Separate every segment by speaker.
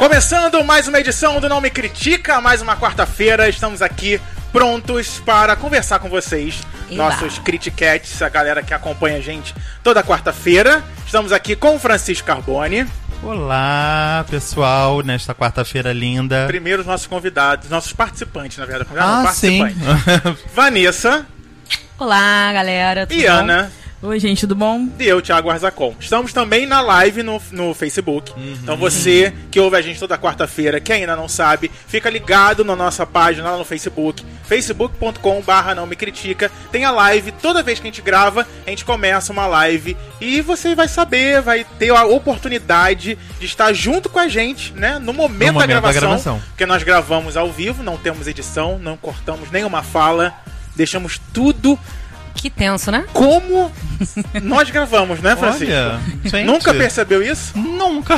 Speaker 1: Começando mais uma edição do Não Me Critica, mais uma quarta-feira, estamos aqui prontos para conversar com vocês, nossos Critiquettes, a galera que acompanha a gente toda quarta-feira. Estamos aqui com o Francisco Carbone.
Speaker 2: Olá, pessoal, nesta quarta-feira linda.
Speaker 1: Primeiro os nossos convidados, nossos participantes, na verdade.
Speaker 2: Sim.
Speaker 1: Vanessa.
Speaker 3: Olá, galera, tudo
Speaker 1: e
Speaker 3: bom?
Speaker 1: Ana.
Speaker 4: Oi, gente, tudo bom?
Speaker 1: E eu, Thiago Arzacon. Estamos também na live no Facebook. Então você que ouve a gente toda quarta-feira, que ainda não sabe, fica ligado na nossa página lá no Facebook, facebook.com/não me critica. Tem a live, toda vez que a gente grava, a gente começa uma live e você vai saber, vai ter a oportunidade de estar junto com a gente, né, no momento da gravação. Porque nós gravamos ao vivo, não temos edição, não cortamos nenhuma fala, deixamos tudo...
Speaker 3: Que tenso, né?
Speaker 1: Como nós gravamos, né, Francisco?
Speaker 2: Olha, gente.
Speaker 1: Nunca percebeu isso?
Speaker 2: Nunca.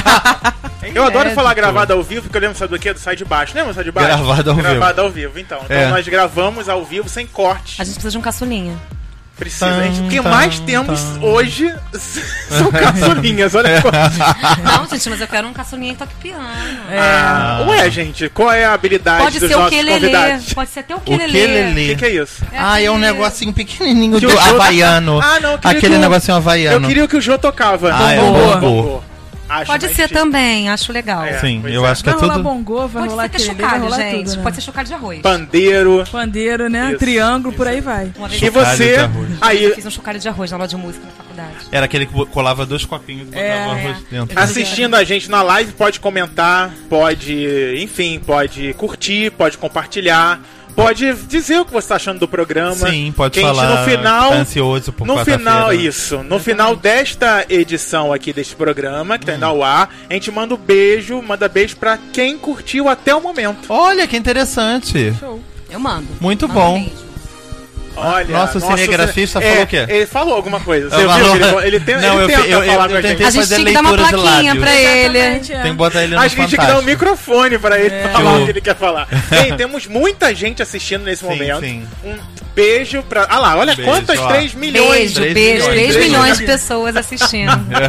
Speaker 1: Eu adoro falar gravado ao vivo, porque eu lembro, sabe do quê? Do Sai de Baixo. Lembra do Sai de Baixo? Gravado ao vivo, então. Então nós gravamos ao vivo, sem corte.
Speaker 3: A gente precisa de um caçulinha.
Speaker 1: Precisa, gente. O que mais temos hoje são caçulinhas, olha só.
Speaker 3: Não, gente, mas eu quero um caçulinha que toque piano.
Speaker 1: Ué, gente, qual é a habilidade
Speaker 3: Pode
Speaker 1: dos
Speaker 3: ser
Speaker 1: nossos convidados?
Speaker 3: Pode ser até o
Speaker 2: O
Speaker 3: ukulele.
Speaker 1: O que é isso?
Speaker 2: É um negocinho pequenininho
Speaker 1: Que
Speaker 2: do
Speaker 1: o Jô-
Speaker 2: havaiano.
Speaker 1: não, eu queria
Speaker 2: Aquele
Speaker 1: que o-
Speaker 2: negocinho havaiano.
Speaker 1: Eu queria que o Jô tocava.
Speaker 2: Ah, é
Speaker 1: Bongô.
Speaker 2: o bongô.
Speaker 1: Acho
Speaker 3: Pode
Speaker 1: mais
Speaker 3: ser
Speaker 1: chique.
Speaker 3: também, acho legal.
Speaker 2: Sim,
Speaker 1: pois
Speaker 2: eu
Speaker 1: é.
Speaker 2: acho que é
Speaker 4: Vai rolar
Speaker 2: tudo...
Speaker 4: bongô, vai
Speaker 3: Pode
Speaker 4: rolar
Speaker 3: ser até
Speaker 4: aquele, vai
Speaker 3: chocalho,
Speaker 4: rolar
Speaker 3: gente.
Speaker 4: tudo, né?
Speaker 3: Pode ser chocalho de arroz.
Speaker 1: Pandeiro.
Speaker 4: Pandeiro, né?
Speaker 1: Isso,
Speaker 4: Triângulo, por aí vai.
Speaker 3: Uma vez
Speaker 1: E
Speaker 3: eu
Speaker 1: você...
Speaker 2: de arroz.
Speaker 1: Aí,
Speaker 3: fiz um chocalho de arroz na aula de música na faculdade.
Speaker 2: Era aquele que colava 2 copinhos e botava arroz dentro.
Speaker 1: assistindo a gente na live, pode comentar, pode, enfim, pode curtir, pode compartilhar, pode dizer o que você está achando do programa.
Speaker 2: Sim, pode
Speaker 1: que a gente,
Speaker 2: falar.
Speaker 1: no final,
Speaker 2: Tá ansioso por
Speaker 1: no final,
Speaker 2: quarta-feira.
Speaker 1: isso. No final desta edição aqui deste programa, que tá indo ao ar, a gente manda manda beijo pra quem curtiu até o momento.
Speaker 2: Olha, que interessante.
Speaker 3: Eu mando.
Speaker 2: Muito
Speaker 3: Mando
Speaker 2: bom.
Speaker 3: mesmo.
Speaker 1: Olha,
Speaker 2: Nosso cinegrafista falou o quê?
Speaker 1: Ele falou alguma coisa. Você
Speaker 2: Eu
Speaker 1: viu?
Speaker 2: falo-
Speaker 1: Ele tenta
Speaker 2: Não, eu
Speaker 1: falar com a
Speaker 2: tentei
Speaker 1: gente.
Speaker 3: A gente
Speaker 2: fazer
Speaker 3: tinha que dar uma
Speaker 2: leitura de
Speaker 3: plaquinha
Speaker 2: lábios.
Speaker 3: pra ele.
Speaker 4: Exatamente,
Speaker 2: Tem que botar ele no
Speaker 1: Acho que a gente tinha que dar um
Speaker 2: Fantástico.
Speaker 1: microfone pra ele falar
Speaker 2: Eu-
Speaker 1: o que ele quer falar. Bem, temos muita gente assistindo nesse
Speaker 2: Sim,
Speaker 1: momento.
Speaker 2: sim.
Speaker 1: Um beijo pra... Ah lá, olha
Speaker 2: Beijo,
Speaker 1: quantas,
Speaker 2: ó.
Speaker 1: 3 milhões.
Speaker 3: Beijo, 3 milhões de pessoas assistindo.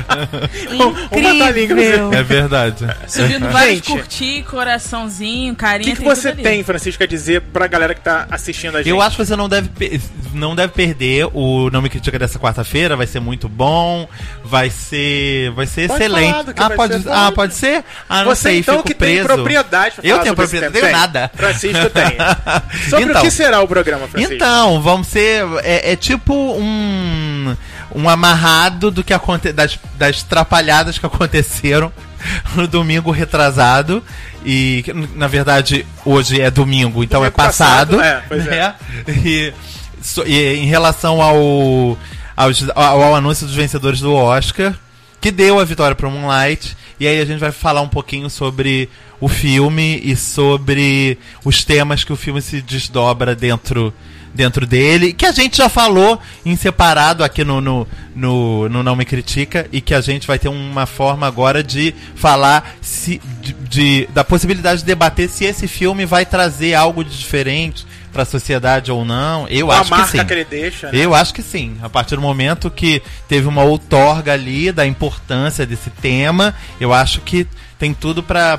Speaker 1: Uma tá ali, inclusive.
Speaker 2: É verdade.
Speaker 4: Subindo vários
Speaker 1: Gente.
Speaker 4: curtir, coraçãozinho,
Speaker 1: O
Speaker 4: carinha.
Speaker 1: que
Speaker 4: tem
Speaker 1: você
Speaker 4: tudo ali.
Speaker 1: tem, Francisco, a dizer pra galera que tá assistindo a gente?
Speaker 2: Eu acho que você não deve perder o Não Me Critica dessa quarta-feira. Vai ser muito bom. Vai ser excelente.
Speaker 1: falar do que vai ser,
Speaker 2: Pode ser? Não
Speaker 1: Você
Speaker 2: sei,
Speaker 1: então
Speaker 2: fico
Speaker 1: que
Speaker 2: preso.
Speaker 1: tem propriedade pra
Speaker 2: Eu
Speaker 1: falar
Speaker 2: tenho
Speaker 1: sobre esse
Speaker 2: propriedade,
Speaker 1: tema.
Speaker 2: tenho nada.
Speaker 1: Francisco tem. Sobre
Speaker 2: Então.
Speaker 1: o que será o programa, Francisco?
Speaker 2: Então, vamos ser. É tipo um amarrado do que das trapalhadas que aconteceram no domingo retrasado. E, que, na verdade, hoje é domingo, então
Speaker 1: Domingo
Speaker 2: é passado.
Speaker 1: pois é.
Speaker 2: E em relação ao anúncio dos vencedores do Oscar, que deu a vitória para o Moonlight. E aí a gente vai falar um pouquinho sobre o filme e sobre os temas que o filme se desdobra dentro dele, que a gente já falou em separado aqui no Não Me Critica, e que a gente vai ter uma forma agora de falar da possibilidade de debater se esse filme vai trazer algo de diferente para a sociedade ou não. Eu
Speaker 1: A
Speaker 2: acho que
Speaker 1: marca
Speaker 2: sim.
Speaker 1: que ele deixa, né?
Speaker 2: Eu acho que sim. A partir do momento que teve uma outorga ali da importância desse tema, eu acho que tem tudo para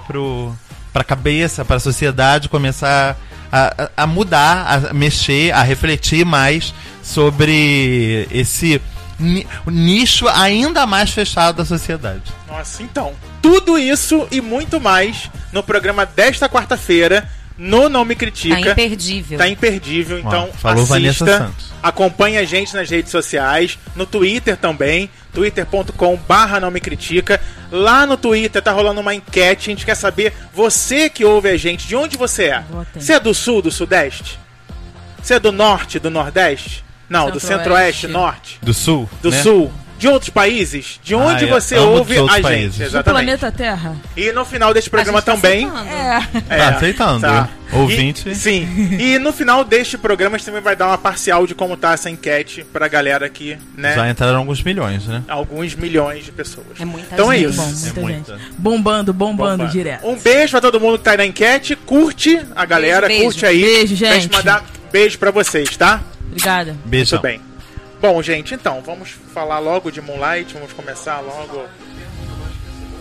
Speaker 2: a cabeça, para a sociedade começar a mudar, a mexer, a refletir mais sobre esse nicho ainda mais fechado da sociedade.
Speaker 1: Nossa, então, tudo isso e muito mais no programa desta quarta-feira no Não Me Critica.
Speaker 3: Tá imperdível.
Speaker 1: Tá imperdível, então
Speaker 2: falou Vanessa
Speaker 1: assista,
Speaker 2: Santos.
Speaker 1: acompanhe a gente nas redes sociais, no Twitter também, twitter.com/não me critica. Lá no Twitter tá rolando uma enquete, a gente quer saber, você que ouve a gente, de onde você é?
Speaker 4: Votem.
Speaker 1: Você é do sul, do sudeste? Você é do norte, do nordeste? Não, do centro-oeste,
Speaker 4: Centro-oeste.
Speaker 1: norte,
Speaker 2: Do Sul?
Speaker 1: do
Speaker 2: né?
Speaker 1: sul. De outros países? De onde
Speaker 2: eu
Speaker 1: você
Speaker 2: amo
Speaker 1: ouve
Speaker 2: de outros
Speaker 1: a gente?
Speaker 2: países.
Speaker 4: Do
Speaker 1: Exatamente.
Speaker 4: planeta Terra.
Speaker 1: E no final deste programa
Speaker 3: A gente tá
Speaker 1: também.
Speaker 3: aceitando.
Speaker 2: Tá aceitando.
Speaker 1: tá.
Speaker 2: Ouvinte.
Speaker 1: Sim. E no final deste programa a gente também vai dar uma parcial de como tá essa enquete pra galera aqui, né?
Speaker 2: Já entraram alguns milhões, né?
Speaker 1: Alguns milhões de pessoas.
Speaker 3: É muita
Speaker 1: Então é
Speaker 3: gente.
Speaker 1: isso.
Speaker 4: Bom, muita
Speaker 2: É muita.
Speaker 4: gente. Bombando
Speaker 1: Bomba.
Speaker 4: direto.
Speaker 1: Um beijo pra todo mundo que tá aí na enquete. Curte a galera,
Speaker 3: Beijo.
Speaker 1: curte aí.
Speaker 4: Beijo,
Speaker 1: Pra
Speaker 4: gente.
Speaker 1: mandar beijo pra vocês, tá?
Speaker 4: Obrigada.
Speaker 2: Beijão.
Speaker 1: Muito bem. Bom, gente, então, vamos falar logo de Moonlight. Vamos começar logo.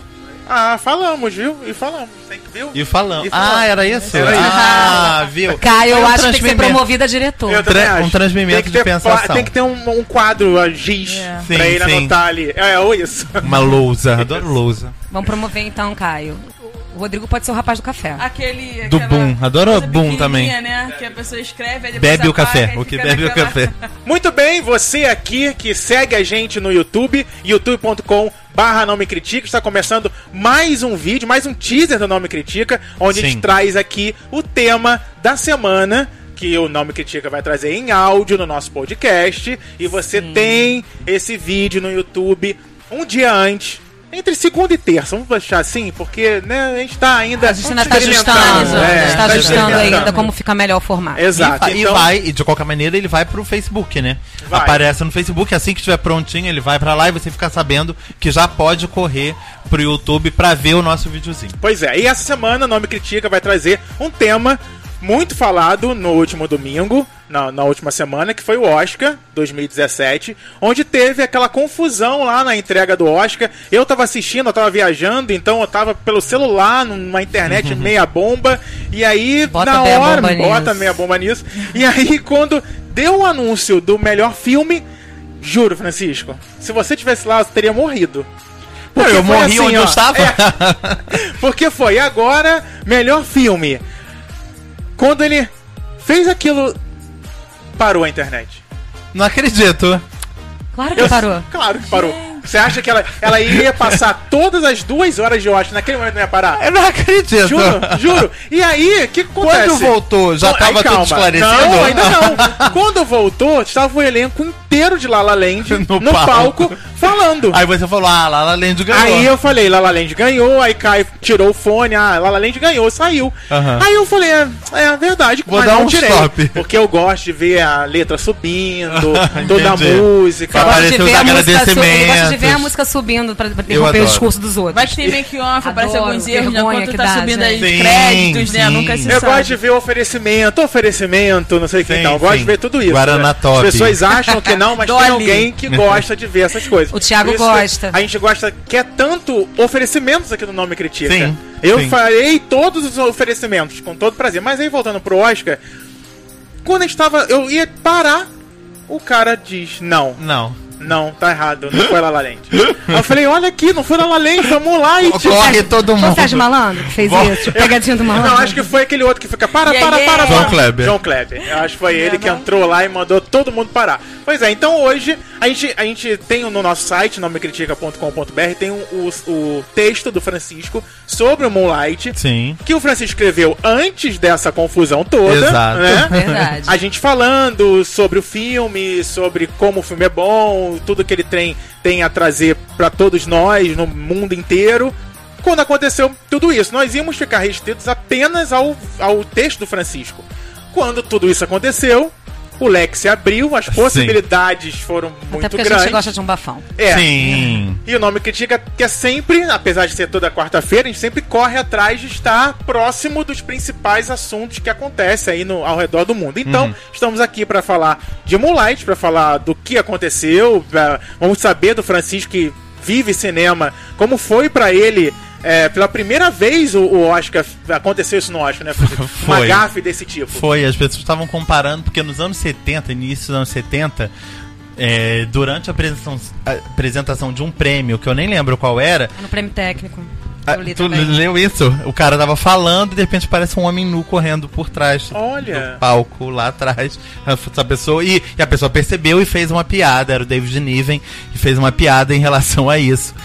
Speaker 1: Ah, falamos, viu? E falamos. Viu?
Speaker 2: E falamos.
Speaker 1: E falamos.
Speaker 2: Ah, era isso?
Speaker 1: Era isso.
Speaker 2: Ah, viu?
Speaker 3: Caio, eu
Speaker 2: Foi um
Speaker 3: acho que tem que ser
Speaker 2: transmimento.
Speaker 3: promovido a diretor.
Speaker 1: Eu também acho.
Speaker 2: Um transmimento de pensação.
Speaker 1: Tem que ter um quadro, a giz,
Speaker 2: Sim,
Speaker 1: pra ele
Speaker 2: sim.
Speaker 1: anotar ali. Ou isso.
Speaker 2: Uma lousa. Adoro lousa.
Speaker 3: Vamos promover então, Caio. O Rodrigo pode ser o rapaz do café.
Speaker 2: Do Boom. Adoro
Speaker 4: coisa
Speaker 2: Boom também.
Speaker 4: Né? Que a pessoa escreve, aí depois
Speaker 2: Bebe o
Speaker 4: apaga,
Speaker 2: café.
Speaker 4: aí
Speaker 2: O que
Speaker 4: fica
Speaker 2: bebe o
Speaker 4: naquela-
Speaker 2: café.
Speaker 1: Muito bem, você aqui que segue a gente no YouTube, youtube.com/Não Me Critica, está começando mais um vídeo, mais um teaser do Não Me Critica, onde a
Speaker 2: Sim.
Speaker 1: gente traz aqui o tema da semana, que o Não Me Critica vai trazer em áudio no nosso podcast, e você tem esse vídeo no YouTube um dia antes, entre segunda e terça, vamos deixar assim, porque né, a gente tá ainda
Speaker 3: A gente ainda está
Speaker 1: experimentando,
Speaker 3: ajustando,
Speaker 1: tá
Speaker 3: ajustando
Speaker 1: experimentando.
Speaker 3: ainda como fica melhor o formato.
Speaker 1: Exato,
Speaker 2: E de qualquer maneira, ele vai pro Facebook, né?
Speaker 1: Vai.
Speaker 2: Aparece no Facebook, assim que estiver prontinho, ele vai pra lá e você fica sabendo que já pode correr pro YouTube pra ver o nosso videozinho.
Speaker 1: Pois é, e essa semana o Não Me Critica vai trazer um tema muito falado no último domingo, na última semana, que foi o Oscar 2017, onde teve aquela confusão lá na entrega do Oscar. Eu tava assistindo, eu tava viajando, então eu tava pelo celular, numa internet meia bomba, e aí
Speaker 3: Bota
Speaker 1: na
Speaker 3: meia
Speaker 1: hora,
Speaker 3: bomba
Speaker 1: bota
Speaker 3: nisso.
Speaker 1: meia bomba nisso, e aí quando deu o anúncio do melhor filme, juro, Francisco, se você tivesse lá, você teria morrido. Porque
Speaker 2: eu
Speaker 1: foi
Speaker 2: morri
Speaker 1: assim,
Speaker 2: onde
Speaker 1: ó,
Speaker 2: eu estava.
Speaker 1: porque foi agora, melhor filme. Quando ele fez aquilo, parou a internet.
Speaker 2: Não acredito.
Speaker 3: Claro que parou.
Speaker 1: Claro que parou. Você acha que ela iria passar todas as 2 horas de Oscar, naquele momento não ia parar?
Speaker 2: Eu não acredito.
Speaker 1: Juro, juro. E aí, o que acontece?
Speaker 2: Quando voltou, já
Speaker 1: Não,
Speaker 2: tava
Speaker 1: aí,
Speaker 2: tudo
Speaker 1: calma.
Speaker 2: esclarecido?
Speaker 1: Não, ainda não. Quando voltou, estava o elenco inteiro de La La Land
Speaker 2: No
Speaker 1: no palco falando.
Speaker 2: Aí você falou, La La Land ganhou.
Speaker 1: Aí eu falei, La La Land ganhou, aí Caio tirou o fone, La La Land ganhou, saiu.
Speaker 2: Aham.
Speaker 1: Aí eu falei, é verdade,
Speaker 2: Vou
Speaker 1: mas
Speaker 2: dar
Speaker 1: não
Speaker 2: um
Speaker 1: tirei.
Speaker 2: stop.
Speaker 1: Porque eu gosto de ver a letra subindo, toda a
Speaker 2: Entendi.
Speaker 1: música.
Speaker 3: Eu gosto de
Speaker 2: Apareceu
Speaker 3: ver
Speaker 2: os
Speaker 3: a música ele gosta de ver a
Speaker 2: agradecimentos.
Speaker 3: música subindo pra
Speaker 2: Eu
Speaker 3: interromper o
Speaker 2: adoro.
Speaker 3: discurso dos outros.
Speaker 4: Vai que tem make-off, aparece
Speaker 3: Adoro,
Speaker 4: alguns erros, né?
Speaker 3: vergonha
Speaker 4: Quando
Speaker 3: que
Speaker 4: tá
Speaker 3: dá,
Speaker 4: subindo aí os
Speaker 2: gente.
Speaker 4: créditos, né?
Speaker 2: Sim,
Speaker 4: Nunca se
Speaker 2: sim.
Speaker 1: Eu
Speaker 4: sabe.
Speaker 1: gosto de ver oferecimento, não sei o que
Speaker 2: Sim,
Speaker 1: então. Eu gosto
Speaker 2: sim.
Speaker 1: de ver tudo isso.
Speaker 2: Guaraná
Speaker 1: né?
Speaker 2: top.
Speaker 1: As pessoas acham que não, mas tem
Speaker 4: Dolly.
Speaker 1: alguém que gosta de ver essas coisas.
Speaker 3: O Thiago
Speaker 1: Por isso
Speaker 3: gosta.
Speaker 1: A gente gosta, quer tanto oferecimentos aqui no Não Me Critica.
Speaker 2: Sim,
Speaker 1: Eu
Speaker 2: sim.
Speaker 1: farei todos os oferecimentos, com todo prazer. Mas aí, voltando pro Oscar, quando a gente tava... Eu ia parar, o cara diz, não, tá errado, não foi La La Land. Aí eu falei, olha aqui, não foi La La Land, vamos lá e...
Speaker 2: Corre todo
Speaker 3: Foi o
Speaker 2: mundo.
Speaker 3: Sérgio Malandro que fez isso? Pegadinha do Malandro?
Speaker 1: Não, acho que foi aquele outro que fica para.
Speaker 2: João Kleber.
Speaker 1: João Kleber. Eu acho que foi ele que entrou lá e mandou todo mundo parar. Pois é, então hoje a gente tem no nosso site, nomecritica.com.br, tem o texto do Francisco sobre o Moonlight.
Speaker 2: Sim.
Speaker 1: Que o Francisco escreveu antes dessa confusão toda.
Speaker 2: Exato.
Speaker 1: Né?
Speaker 3: Verdade.
Speaker 1: A gente falando sobre o filme, sobre como o filme é bom, tudo que ele tem a trazer pra todos nós, no mundo inteiro. Quando aconteceu tudo isso, nós íamos ficar restritos apenas ao texto do Francisco. Quando tudo isso aconteceu, o leque se abriu, as possibilidades foram
Speaker 3: Até
Speaker 1: muito
Speaker 3: porque a
Speaker 1: grandes.
Speaker 3: gente gosta de um bafão.
Speaker 1: É.
Speaker 2: Sim.
Speaker 1: E o Não Me Critica que é sempre, apesar de ser toda quarta-feira, a gente sempre corre atrás de estar próximo dos principais assuntos que acontecem aí ao redor do mundo. Então, estamos aqui para falar de Moonlight, para falar do que aconteceu, vamos saber do Francisco que vive cinema, como foi para ele. Pela primeira vez o Oscar, aconteceu isso no Oscar, né? Uma
Speaker 2: Foi.
Speaker 1: gafe desse tipo.
Speaker 2: Foi, as pessoas estavam comparando, porque nos anos 70, início dos anos 70, durante a apresentação de um prêmio, que eu nem lembro qual era,
Speaker 3: No prêmio técnico. Eu li
Speaker 2: tu
Speaker 3: também.
Speaker 2: leu isso? O cara tava falando e de repente parece um homem nu correndo por trás
Speaker 1: Olha.
Speaker 2: do palco, lá atrás. Essa pessoa, e a pessoa percebeu e fez uma piada. Era o David Niven e fez uma piada em relação a isso.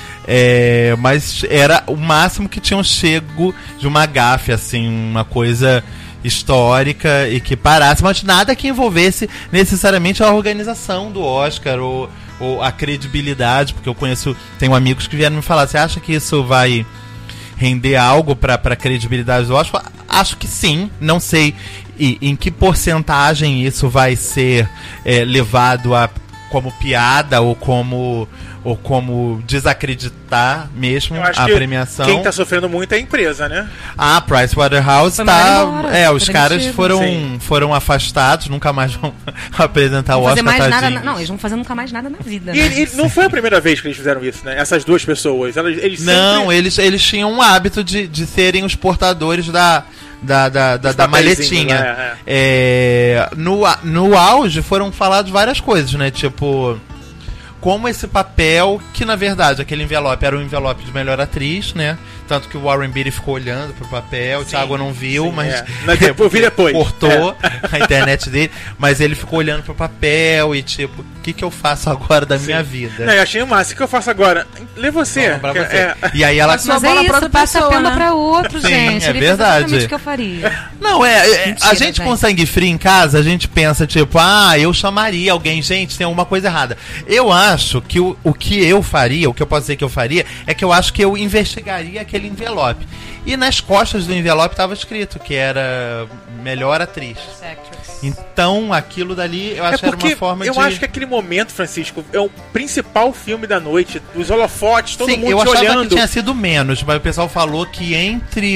Speaker 2: Mas era o máximo que tinham chego de uma gafe, assim, uma coisa histórica e que parasse, mas nada que envolvesse necessariamente a organização do Oscar ou a credibilidade, porque eu tenho amigos que vieram me falar, você acha que isso vai render algo para a credibilidade do Oscar? Acho que sim, não sei em que porcentagem isso vai ser levado a como piada ou como desacreditar mesmo
Speaker 1: Eu acho
Speaker 2: a
Speaker 1: que
Speaker 2: premiação.
Speaker 1: quem tá sofrendo muito é a empresa, né?
Speaker 2: A Pricewaterhouse
Speaker 3: Foi
Speaker 2: tá.
Speaker 3: mandado embora,
Speaker 2: Os
Speaker 3: foi
Speaker 2: caras
Speaker 3: demitido.
Speaker 2: foram afastados, nunca mais vão apresentar o
Speaker 3: Não fazer
Speaker 2: Oscar,
Speaker 3: mais nada.
Speaker 2: tadinhos.
Speaker 3: Não, eles vão fazer nunca mais nada na vida.
Speaker 1: E,
Speaker 3: né?
Speaker 1: e não foi a primeira vez que eles fizeram isso, né? Essas duas pessoas. Eles
Speaker 2: Não,
Speaker 1: sempre...
Speaker 2: eles tinham um hábito de serem os portadores da
Speaker 1: papeizinhos,
Speaker 2: maletinha.
Speaker 1: né?
Speaker 2: No auge foram faladas várias coisas, né? Tipo, como esse papel, que na verdade aquele envelope era um envelope de melhor atriz, né? Tanto que o Warren Beatty ficou olhando pro papel, o Thiago não viu,
Speaker 1: sim,
Speaker 2: mas
Speaker 1: eu vi depois.
Speaker 2: cortou a internet dele, mas ele ficou olhando pro papel e tipo, o que eu faço agora da minha vida?
Speaker 1: Não, eu achei massa. O que eu faço agora? Lê você.
Speaker 2: Vamos pra
Speaker 1: Que-
Speaker 2: você. E aí ela...
Speaker 3: Mas
Speaker 4: Sua bola
Speaker 3: é
Speaker 4: pra outra
Speaker 3: isso, passa a
Speaker 4: pessoa,
Speaker 3: pena
Speaker 4: né?
Speaker 3: pra outro,
Speaker 2: Sim,
Speaker 3: gente.
Speaker 2: é
Speaker 3: Ele fez
Speaker 2: verdade.
Speaker 3: exatamente o que eu faria.
Speaker 2: Não, a
Speaker 3: Mentira,
Speaker 2: gente com
Speaker 3: gente.
Speaker 2: sangue frio em casa, a gente pensa, tipo, eu chamaria alguém, gente, tem alguma coisa errada. Eu acho que o que eu faria, o que eu posso dizer que eu faria, é que eu acho que eu investigaria aquele envelope. E nas costas do envelope estava escrito que era melhor atriz. Então, aquilo dali, eu acho que era uma forma
Speaker 1: eu
Speaker 2: de...
Speaker 1: acho que aquele momento, Francisco, é o principal filme da noite. Os holofotes, todo
Speaker 2: Sim,
Speaker 1: mundo
Speaker 2: eu
Speaker 1: te
Speaker 2: achava
Speaker 1: olhando.
Speaker 2: que tinha sido menos, mas o pessoal falou que entre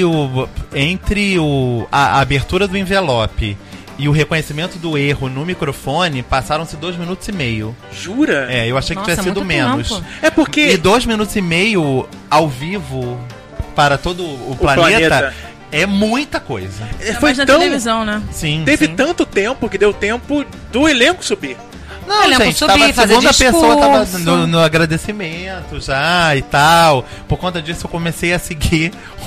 Speaker 2: a abertura do envelope e o reconhecimento do erro no microfone, passaram-se 2 minutos e meio.
Speaker 1: Jura?
Speaker 2: É, eu achei que
Speaker 3: Nossa,
Speaker 2: tinha sido
Speaker 3: muito
Speaker 2: menos.
Speaker 3: tempo.
Speaker 1: É porque...
Speaker 2: E 2 minutos e meio ao vivo para todo o
Speaker 1: planeta.
Speaker 2: planeta é muita coisa.
Speaker 1: Foi
Speaker 4: mais na
Speaker 1: tão...
Speaker 4: televisão, né?
Speaker 2: Sim.
Speaker 1: Teve
Speaker 2: sim.
Speaker 1: tanto tempo que deu tempo do elenco subir.
Speaker 2: Não,
Speaker 3: Elenco
Speaker 2: gente,
Speaker 3: subir,
Speaker 2: tava, a
Speaker 3: fazer
Speaker 2: segunda pessoa tava
Speaker 3: discurso.
Speaker 2: no agradecimento já e tal. Por conta disso eu comecei a seguir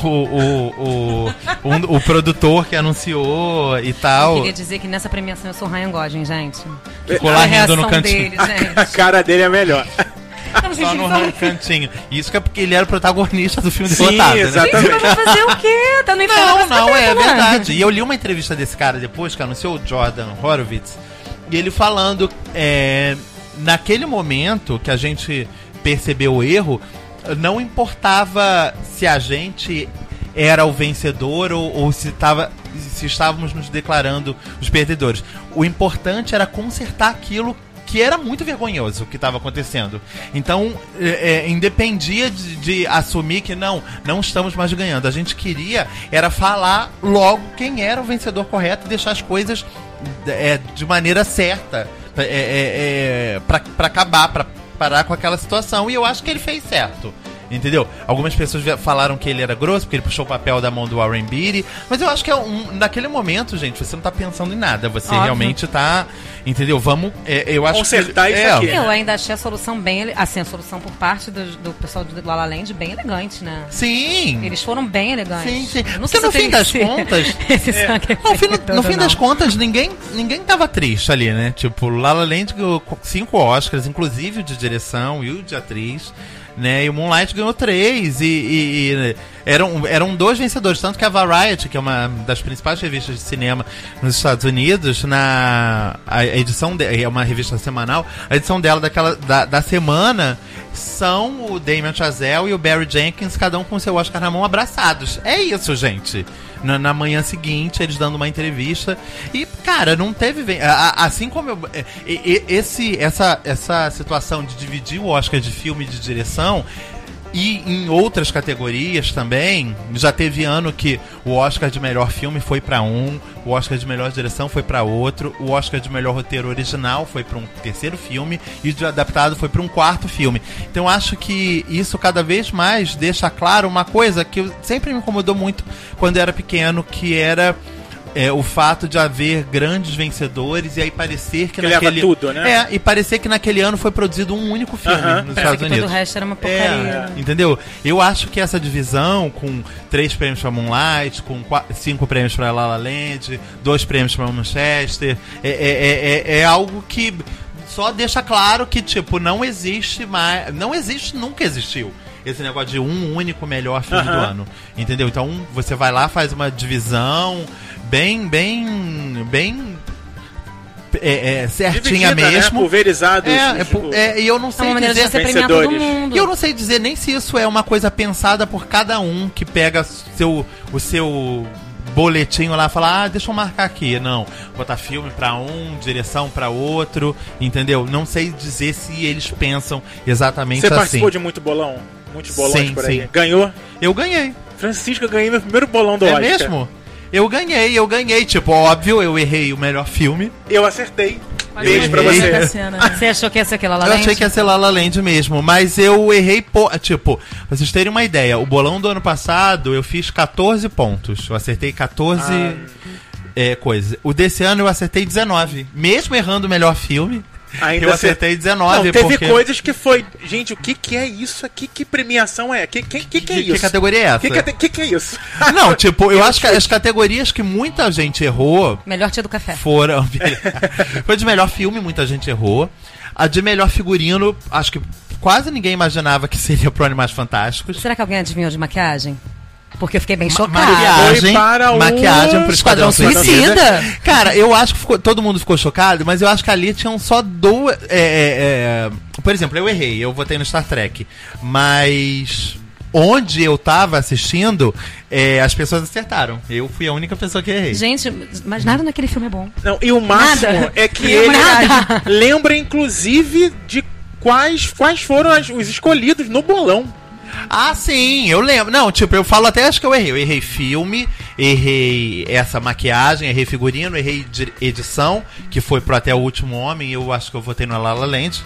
Speaker 2: o produtor que anunciou e
Speaker 3: Eu
Speaker 2: tal.
Speaker 3: queria dizer que nessa premiação eu sou Ryan Gosling, gente.
Speaker 2: Ficou
Speaker 3: Olha
Speaker 2: lá
Speaker 3: a
Speaker 2: rindo no
Speaker 3: reação
Speaker 2: cantinho.
Speaker 3: dele,
Speaker 1: A
Speaker 3: gente.
Speaker 1: cara dele é melhor.
Speaker 3: Não, gente,
Speaker 2: Só no
Speaker 3: então-
Speaker 2: cantinho. Isso que é porque ele era o protagonista do filme
Speaker 1: Sim,
Speaker 2: Derrotado, né?
Speaker 1: exatamente.
Speaker 3: Gente, mas vai fazer o quê? Tá no inferno.
Speaker 2: Não, é verdade. E eu li uma entrevista desse cara depois, que anunciou o Jordan Horowitz, e ele falando, naquele momento que a gente percebeu o erro, não importava se a gente era o vencedor ou se estávamos nos declarando os perdedores. O importante era consertar aquilo que era muito vergonhoso o que estava acontecendo. Então, independia de assumir que não estamos mais ganhando. A gente queria era falar logo quem era o vencedor correto e deixar as coisas de maneira certa para acabar, para parar com aquela situação. E eu acho que ele fez certo. Entendeu? Algumas pessoas falaram que ele era grosso porque ele puxou o papel da mão do Warren Beatty, mas eu acho que naquele momento, gente, você não tá pensando em nada, você
Speaker 3: Óbvio.
Speaker 2: realmente tá, entendeu? Vamos, eu acho
Speaker 1: Consertar
Speaker 2: que
Speaker 1: isso aqui.
Speaker 3: Eu ainda achei a solução bem... Assim, a solução por parte do pessoal do La La Land bem elegante, né?
Speaker 2: Sim.
Speaker 3: Eles foram bem elegantes.
Speaker 2: Sim, sim.
Speaker 3: Eu não
Speaker 2: Porque
Speaker 3: sei
Speaker 2: no
Speaker 3: se
Speaker 2: fim
Speaker 3: tem
Speaker 2: das
Speaker 3: esse-
Speaker 2: contas-
Speaker 3: esse sangue
Speaker 2: No fim
Speaker 3: todo,
Speaker 2: das
Speaker 3: não.
Speaker 2: contas, ninguém tava triste ali, né? Tipo, La La Land ganhou 5 Oscars, inclusive o de direção e o de atriz, né? E o Moonlight ganhou 3 e eram 2 vencedores, tanto que a Variety, que é uma das principais revistas de cinema nos Estados Unidos, a edição é uma revista semanal, a edição dela da semana são o Damien Chazelle e o Barry Jenkins, cada um com seu Oscar na mão, abraçados. É isso, gente. Na manhã seguinte, eles dando uma entrevista. E, cara, não teve... Assim como essa situação de dividir o Oscar de filme e de direção... E em outras categorias também, já teve ano que o Oscar de melhor filme foi pra um, o Oscar de melhor direção foi pra outro, o Oscar de melhor roteiro original foi pra um terceiro filme e o de adaptado foi pra um quarto filme. Então acho que isso cada vez mais deixa claro uma coisa que sempre me incomodou muito quando eu era pequeno, que era... o fato de haver grandes vencedores e aí parecer que
Speaker 1: leva
Speaker 2: naquele...
Speaker 1: tudo, né?
Speaker 2: E parecer que naquele ano foi produzido um único filme nos Estados
Speaker 3: Que
Speaker 2: Unidos.
Speaker 3: todo o resto era uma porcaria.
Speaker 2: Entendeu? Eu acho que essa divisão com 3 prêmios pra Moonlight, com 5 prêmios pra La La Land, 2 prêmios pra Manchester, é algo que só deixa claro que, tipo, não existe mais... Não existe, nunca existiu esse negócio de um único melhor filme do ano. Entendeu? Então você vai lá, faz uma divisão bem certinha
Speaker 1: Dividida,
Speaker 2: mesmo.
Speaker 1: Né? Pulverizado.
Speaker 2: E eu não
Speaker 3: É
Speaker 2: sei
Speaker 3: uma maneira de
Speaker 2: dizer...
Speaker 3: você premiar todo
Speaker 1: vencedores.
Speaker 3: mundo.
Speaker 2: E eu não sei dizer nem se isso é uma coisa pensada por cada um que pega o seu boletinho lá, falar, deixa eu marcar aqui. Não, botar filme pra um, direção pra outro, entendeu? Não sei dizer se eles pensam exatamente
Speaker 1: Você
Speaker 2: assim.
Speaker 1: participou de muito bolão? Muitos bolões
Speaker 2: Sim,
Speaker 1: por aí.
Speaker 2: sim.
Speaker 1: Ganhou?
Speaker 2: Eu ganhei.
Speaker 1: Francisco, eu ganhei meu primeiro bolão do
Speaker 2: É
Speaker 1: Oscar.
Speaker 2: mesmo? Eu ganhei. Tipo, óbvio, eu errei o melhor filme.
Speaker 1: Eu acertei.
Speaker 4: Mas
Speaker 1: Beijo pra
Speaker 4: eu
Speaker 1: você.
Speaker 4: errei a cena, né?
Speaker 3: Você achou que ia ser aquela lá?
Speaker 2: Eu achei que ia ser La La Land mesmo, mas eu errei tipo, pra vocês terem uma ideia, o bolão do ano passado eu fiz 14 pontos. Eu acertei 14 coisas. O desse ano eu acertei 19. Mesmo errando o melhor filme,
Speaker 1: Ainda
Speaker 2: eu acertei 19.
Speaker 1: Não, teve
Speaker 2: porque...
Speaker 1: coisas que foi... Gente, o que é isso aqui? Que premiação é? Que é isso?
Speaker 2: Que categoria é essa?
Speaker 1: Que é isso?
Speaker 2: Não, tipo, eu acho que as categorias que muita gente errou
Speaker 3: Melhor tia do café.
Speaker 2: foram... Foi de melhor filme, muita gente errou. A de melhor figurino, acho que quase ninguém imaginava que seria pro Animais Fantásticos.
Speaker 3: Será que alguém adivinhou de maquiagem? Porque eu fiquei bem chocada.
Speaker 2: Maquiagem,
Speaker 1: Foi para o
Speaker 2: maquiagem pro
Speaker 3: Esquadrão
Speaker 2: Esquadrão
Speaker 3: Suicida.
Speaker 2: Cara, eu acho que todo mundo ficou chocado, mas eu acho que ali tinham só duas... Por exemplo, eu errei, eu votei no Star Trek, mas... Onde eu tava assistindo, as pessoas acertaram. Eu fui a única pessoa que errei.
Speaker 3: Gente, mas nada naquele filme é bom.
Speaker 1: Não, e o máximo
Speaker 3: Nada.
Speaker 1: é que
Speaker 3: Nenhuma
Speaker 1: ele
Speaker 3: nada.
Speaker 1: lembra, inclusive, de quais foram os escolhidos no bolão.
Speaker 2: Ah, sim, eu lembro. Não, tipo, eu falo até, acho que eu errei. Eu errei filme, errei essa maquiagem, errei figurino, errei edição, que foi pro Até o Último Homem. Eu acho que eu votei no La La Land.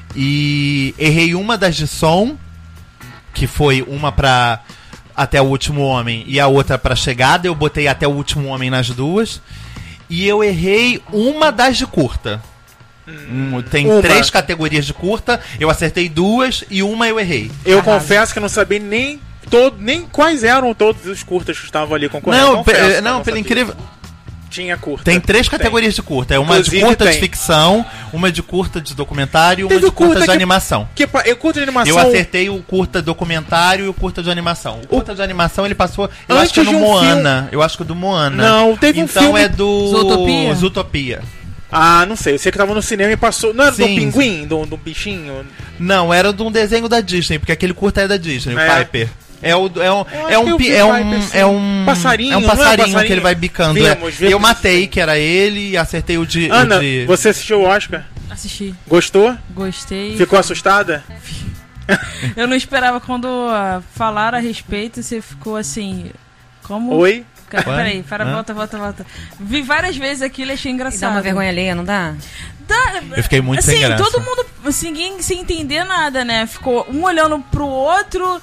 Speaker 2: E errei uma das de som, que foi uma pra Até o Último Homem e a outra pra Chegada. Eu botei Até o Último Homem nas duas. E eu errei uma das de curta. Tem
Speaker 1: Uma.
Speaker 2: 3 categorias de curta, eu acertei 2 e uma eu errei.
Speaker 1: Eu confesso que eu não sabia nem quais eram todos os curtas que estavam ali concorrendo.
Speaker 2: Não,
Speaker 1: Confesso que eu
Speaker 2: pelo
Speaker 1: sabia.
Speaker 2: incrível.
Speaker 1: Tinha curta.
Speaker 2: Tem 3 categorias de curta. É uma
Speaker 1: Inclusive,
Speaker 2: de curta
Speaker 1: tem.
Speaker 2: de ficção, uma de curta de documentário e uma
Speaker 1: Teve
Speaker 2: de
Speaker 1: o
Speaker 2: curta
Speaker 1: curta
Speaker 2: de animação.
Speaker 1: Eu curto de animação.
Speaker 2: Eu acertei o curta documentário e o curta de animação. O curta de animação ele passou. Eu
Speaker 1: Antes
Speaker 2: acho que é no
Speaker 1: de um
Speaker 2: Moana. Eu acho que é do Moana.
Speaker 1: Não, teve um
Speaker 2: então
Speaker 1: filme-
Speaker 2: é do
Speaker 4: Zootopia?
Speaker 2: Zootopia.
Speaker 1: Ah, não sei. Eu sei que tava no cinema e passou. Não era do
Speaker 2: Sim,
Speaker 1: pinguim? Do bichinho?
Speaker 2: Não, era de um desenho da Disney, porque aquele curta é da Disney,
Speaker 1: É.
Speaker 2: o Piper. É um
Speaker 1: que eu vi Piper, sim. Passarinho,
Speaker 2: é um
Speaker 1: não é
Speaker 2: passarinho
Speaker 1: passarinho?
Speaker 2: que ele vai bicando.
Speaker 1: Vimos,
Speaker 2: E eu
Speaker 1: vimos.
Speaker 2: matei que era ele e acertei o de.
Speaker 1: Ana,
Speaker 2: o de...
Speaker 1: você assistiu o Oscar?
Speaker 4: Assisti,
Speaker 1: Gostou?
Speaker 4: gostei.
Speaker 1: Ficou assustada?
Speaker 4: Eu não esperava quando falaram a respeito, você ficou assim. Como?
Speaker 1: Oi?
Speaker 4: Peraí,
Speaker 2: Hã?
Speaker 4: volta. Vi várias vezes aquilo e achei
Speaker 3: E
Speaker 4: engraçado.
Speaker 3: dá uma vergonha alheia, não dá?
Speaker 2: Eu fiquei muito
Speaker 4: assim,
Speaker 2: sem graça.
Speaker 4: todo mundo assim, sem entender nada, né? Ficou um olhando pro outro,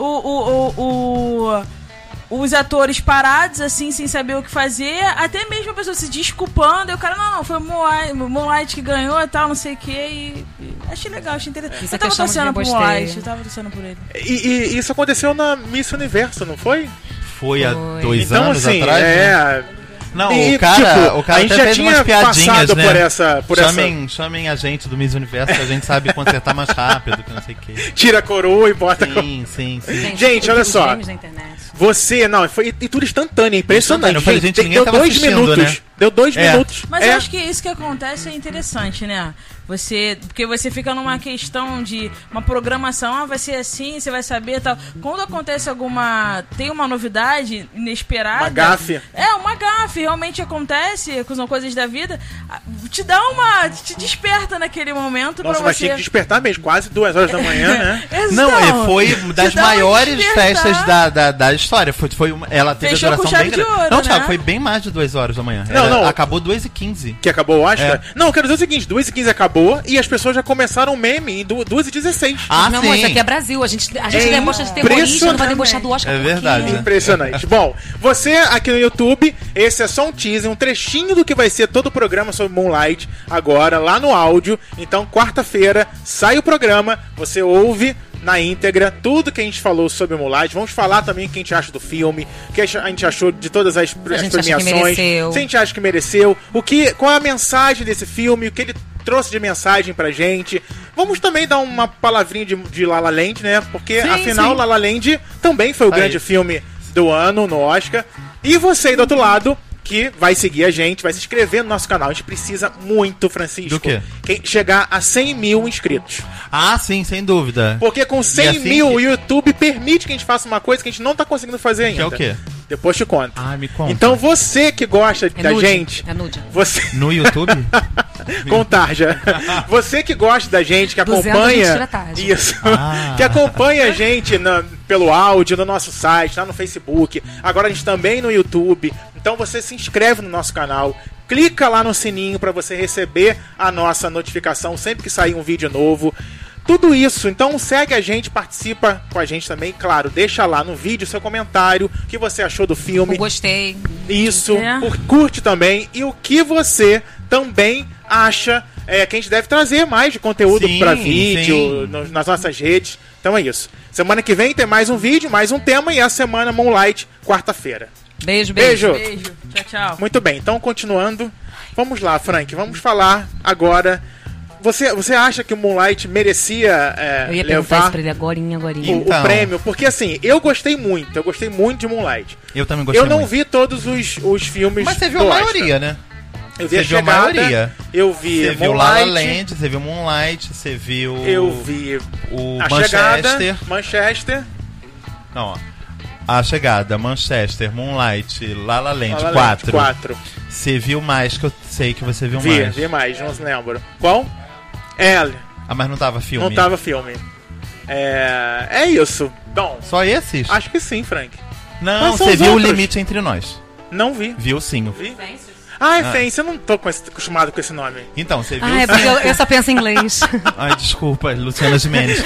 Speaker 4: os atores parados, assim, sem saber o que fazer, até mesmo a pessoa se desculpando, e o cara, não, foi o Moonlight que ganhou e tal, não sei o que, e achei legal, achei interessante.
Speaker 3: Isso
Speaker 4: Eu
Speaker 3: é que eu
Speaker 4: tava
Speaker 3: chamo de
Speaker 4: torcendo pro
Speaker 3: rebosteio.
Speaker 4: Moonlight, eu tava torcendo por ele.
Speaker 1: E isso aconteceu na Miss Universo, não foi?
Speaker 2: Foi há
Speaker 3: Foi.
Speaker 2: 2
Speaker 1: Então,
Speaker 2: anos
Speaker 1: assim,
Speaker 2: atrás. Né? Não,
Speaker 1: E,
Speaker 2: o cara
Speaker 1: tipo, a gente
Speaker 2: até
Speaker 1: já
Speaker 2: fez
Speaker 1: tinha
Speaker 2: umas piadinhas,
Speaker 1: passado
Speaker 2: né?
Speaker 1: por essa-
Speaker 2: Chamem a gente do Miss Universo, que a gente sabe consertar mais rápido, que não sei o quê.
Speaker 1: Tira a coroa e bota.
Speaker 2: Sim.
Speaker 1: Gente, olha
Speaker 3: os
Speaker 1: só.
Speaker 3: memes da internet.
Speaker 1: Você, não, foi e tudo instantâneo, é impressionante.
Speaker 2: Eu falei, gente, ninguém
Speaker 1: deu
Speaker 2: tava
Speaker 1: 2
Speaker 2: assistindo,
Speaker 1: minutos.
Speaker 2: né?
Speaker 1: Deu 2
Speaker 2: É.
Speaker 1: minutos.
Speaker 4: Mas eu acho que isso que acontece é interessante, né? Porque você fica numa questão de uma programação, vai ser assim, você vai saber e tal. Quando acontece tem uma novidade inesperada.
Speaker 1: Uma gafe.
Speaker 4: Uma gafe, realmente acontece, são coisas da vida, te desperta naquele momento.
Speaker 1: Nossa,
Speaker 4: pra
Speaker 1: mas
Speaker 4: você...
Speaker 1: tinha que despertar mesmo, quase 2 horas da manhã, né?
Speaker 2: Não, foi das
Speaker 4: te dá um
Speaker 2: maiores
Speaker 4: despertar.
Speaker 2: festas da história. Ela teve
Speaker 4: Fechou
Speaker 2: a
Speaker 4: com
Speaker 2: duração
Speaker 4: chave
Speaker 2: bem
Speaker 4: de
Speaker 2: grande.
Speaker 4: ouro,
Speaker 2: Não,
Speaker 4: né?
Speaker 2: Thiago, foi bem mais de 2 horas da manhã.
Speaker 1: Não.
Speaker 2: Acabou 2h15.
Speaker 1: Que acabou o Oscar?
Speaker 2: É.
Speaker 1: Não, eu quero dizer o seguinte, 2h15 acabou e as pessoas já começaram o meme em 2h16.
Speaker 2: Ah,
Speaker 3: Meu
Speaker 2: sim.
Speaker 3: amor, isso aqui é Brasil. A gente
Speaker 1: É
Speaker 3: debocha de terrorista, não vai debochar do Oscar
Speaker 2: É
Speaker 3: por quê?
Speaker 2: verdade.
Speaker 1: Impressionante. Bom, você aqui no YouTube, esse é só um teaser, um trechinho do que vai ser todo o programa sobre Moonlight agora, lá no áudio. Então, quarta-feira, sai o programa, você ouve na íntegra tudo que a gente falou sobre Moonlight. Vamos falar também o que a gente acha do filme, o que a gente achou de todas as
Speaker 3: gente acha que
Speaker 1: premiações,
Speaker 3: mereceu.
Speaker 1: se a gente acha que mereceu, qual é a mensagem desse filme, o que ele trouxe de mensagem pra gente. Vamos também dar uma palavrinha de La La Land, né? Porque,
Speaker 2: Sim,
Speaker 1: afinal,
Speaker 2: sim.
Speaker 1: La La Land também foi o
Speaker 2: Aí.
Speaker 1: grande filme do ano no Oscar. E você aí do outro lado, que vai seguir a gente, vai se inscrever no nosso canal. A gente precisa muito, Francisco,
Speaker 2: Do quê?
Speaker 1: chegar a 100 mil inscritos.
Speaker 2: Ah, sim, sem dúvida.
Speaker 1: Porque com 100
Speaker 2: assim
Speaker 1: mil,
Speaker 2: que-
Speaker 1: o YouTube permite que a gente faça uma coisa que a gente não tá conseguindo fazer ainda.
Speaker 2: Que é o quê?
Speaker 1: Depois te conto.
Speaker 2: Ah, me conta.
Speaker 1: Então você que gosta da
Speaker 3: nude.
Speaker 1: gente...
Speaker 3: É nude.
Speaker 1: Você...
Speaker 2: No YouTube?
Speaker 1: Com tarja. Você que gosta da gente, que
Speaker 3: 200
Speaker 1: acompanha...
Speaker 3: tira tarja.
Speaker 1: Isso.
Speaker 2: Ah.
Speaker 1: Que acompanha a gente pelo áudio, no nosso site, lá no Facebook. Agora a gente também no YouTube. Então você se inscreve no nosso canal. Clica lá no sininho para você receber a nossa notificação sempre que sair um vídeo novo. Tudo isso, então segue a gente, participa com a gente também, claro, deixa lá no vídeo seu comentário, o que você achou do filme.
Speaker 3: Eu gostei.
Speaker 1: Isso,
Speaker 4: É.
Speaker 1: curte também, e o que você também acha que a gente deve trazer mais de conteúdo
Speaker 2: Sim,
Speaker 1: para vídeo,
Speaker 2: sim.
Speaker 1: nas nossas redes. Então é isso. Semana que vem tem mais um vídeo, mais um tema, e a semana Moonlight, quarta-feira.
Speaker 3: Beijo, beijo.
Speaker 1: Beijo!
Speaker 4: Beijo. Tchau, tchau.
Speaker 1: Muito bem, então continuando, vamos lá, Frank, vamos falar agora. Você acha que o Moonlight merecia
Speaker 3: Eu ia perguntar
Speaker 1: levar
Speaker 3: isso pra ele agorinha.
Speaker 1: o
Speaker 2: Então.
Speaker 1: prêmio? Porque assim, eu gostei muito de Moonlight.
Speaker 2: Eu também gostei
Speaker 1: Eu não
Speaker 2: muito.
Speaker 1: vi todos os filmes.
Speaker 2: Mas você viu
Speaker 1: do
Speaker 2: a
Speaker 1: Oscar.
Speaker 2: maioria, né?
Speaker 1: Eu vi
Speaker 2: Você
Speaker 1: a
Speaker 2: viu a
Speaker 1: Chegada,
Speaker 2: maioria.
Speaker 1: eu vi
Speaker 2: Você viu La La
Speaker 1: Moonlight,
Speaker 2: Land, você viu Moonlight, você viu
Speaker 1: eu vi
Speaker 2: o
Speaker 1: A
Speaker 2: Manchester.
Speaker 1: Manchester,
Speaker 2: Não, ó. A Chegada, Manchester, Moonlight, La La Land,
Speaker 1: La La Land,
Speaker 2: 4.
Speaker 1: 4.
Speaker 2: Você viu mais, que eu sei que você viu
Speaker 1: Vi,
Speaker 2: mais.
Speaker 1: vi mais, não se lembro. Qual? L.
Speaker 2: Ah, mas não tava filme?
Speaker 1: Não tava filme. É isso. Bom,
Speaker 2: Só esses?
Speaker 1: acho que sim, Frank.
Speaker 2: Não,
Speaker 1: Mas são
Speaker 2: você
Speaker 1: os
Speaker 2: viu
Speaker 1: outros.
Speaker 2: O Limite Entre Nós.
Speaker 1: Não vi.
Speaker 2: Viu sim.
Speaker 1: Vi? Ah, é Fence, eu não tô acostumado com esse nome.
Speaker 2: Então, você viu
Speaker 3: Ah, é porque eu só penso em inglês.
Speaker 2: Ai, desculpa, Luciana Gimenez.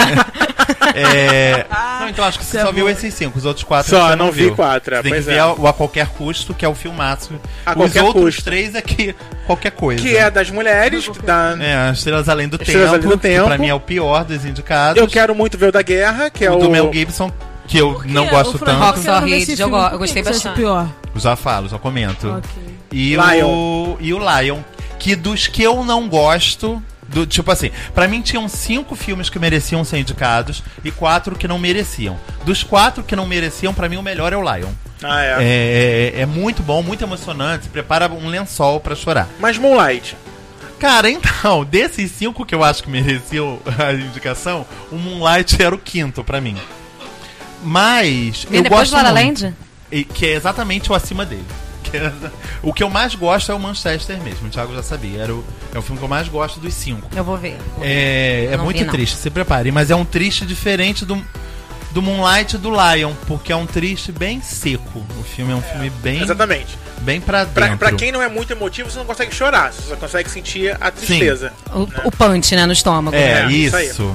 Speaker 3: É.
Speaker 2: Não, então acho que você
Speaker 4: Isso é
Speaker 2: só viu
Speaker 4: bom.
Speaker 2: esses 5. Os outros 4
Speaker 1: Só,
Speaker 2: você
Speaker 1: não vi
Speaker 2: viu.
Speaker 1: 4,
Speaker 2: Você tem que
Speaker 1: pois
Speaker 2: ver
Speaker 1: é.
Speaker 2: o A Qualquer Custo, que é o filmaço.
Speaker 1: A
Speaker 2: Os
Speaker 1: Qualquer
Speaker 2: outros
Speaker 1: Custo.
Speaker 2: 3 é que qualquer coisa.
Speaker 1: Que é das mulheres, da...
Speaker 2: É, Estrelas Além do
Speaker 1: Estrelas
Speaker 2: Tempo,
Speaker 1: Além do
Speaker 2: que
Speaker 1: Tempo.
Speaker 2: pra mim é o pior dos indicados.
Speaker 1: Eu quero muito ver o da Guerra, que é
Speaker 2: o
Speaker 1: o...
Speaker 2: do Mel Gibson, que eu não gosto tanto.
Speaker 3: Rock Só
Speaker 4: Eu não vi
Speaker 3: Hits,
Speaker 4: esse
Speaker 3: eu
Speaker 4: filme.
Speaker 3: go-
Speaker 4: Por
Speaker 3: eu gostei
Speaker 4: que você acha
Speaker 3: bastante.
Speaker 4: pior?
Speaker 2: Já falo, já comento.
Speaker 4: Ok.
Speaker 2: E
Speaker 1: Lion.
Speaker 2: o Lion, que dos que eu não gosto... tipo assim, pra mim tinham 5 filmes que mereciam ser indicados e 4 que não mereciam. Dos 4 que não mereciam, pra mim o melhor é o Lion.
Speaker 1: Ah, é.
Speaker 2: É muito bom, muito emocionante. Se prepara um lençol pra chorar.
Speaker 1: Mas Moonlight.
Speaker 2: Cara, então, desses 5 que eu acho que mereciam a indicação, o Moonlight era o 5º pra mim. Mas
Speaker 3: Vem
Speaker 2: eu
Speaker 3: depois
Speaker 2: gosto
Speaker 3: do La La
Speaker 2: muito.
Speaker 3: Land?
Speaker 2: Que é exatamente o acima dele. O que eu mais gosto é o Manchester mesmo. O Thiago já sabia. É o filme que eu mais gosto dos 5.
Speaker 3: Eu vou ver.
Speaker 2: É
Speaker 3: Não
Speaker 2: muito
Speaker 3: vi, não.
Speaker 2: triste, se prepare. Mas é um triste diferente do Moonlight e do Lion, porque é um triste bem seco. O filme é um filme bem,
Speaker 1: Exatamente.
Speaker 2: bem pra
Speaker 1: Pra,
Speaker 2: dentro.
Speaker 1: pra quem não é muito emotivo, você não consegue chorar. Você só consegue sentir a tristeza.
Speaker 3: O punch, né, no estômago.
Speaker 2: É,
Speaker 1: isso aí.
Speaker 2: isso.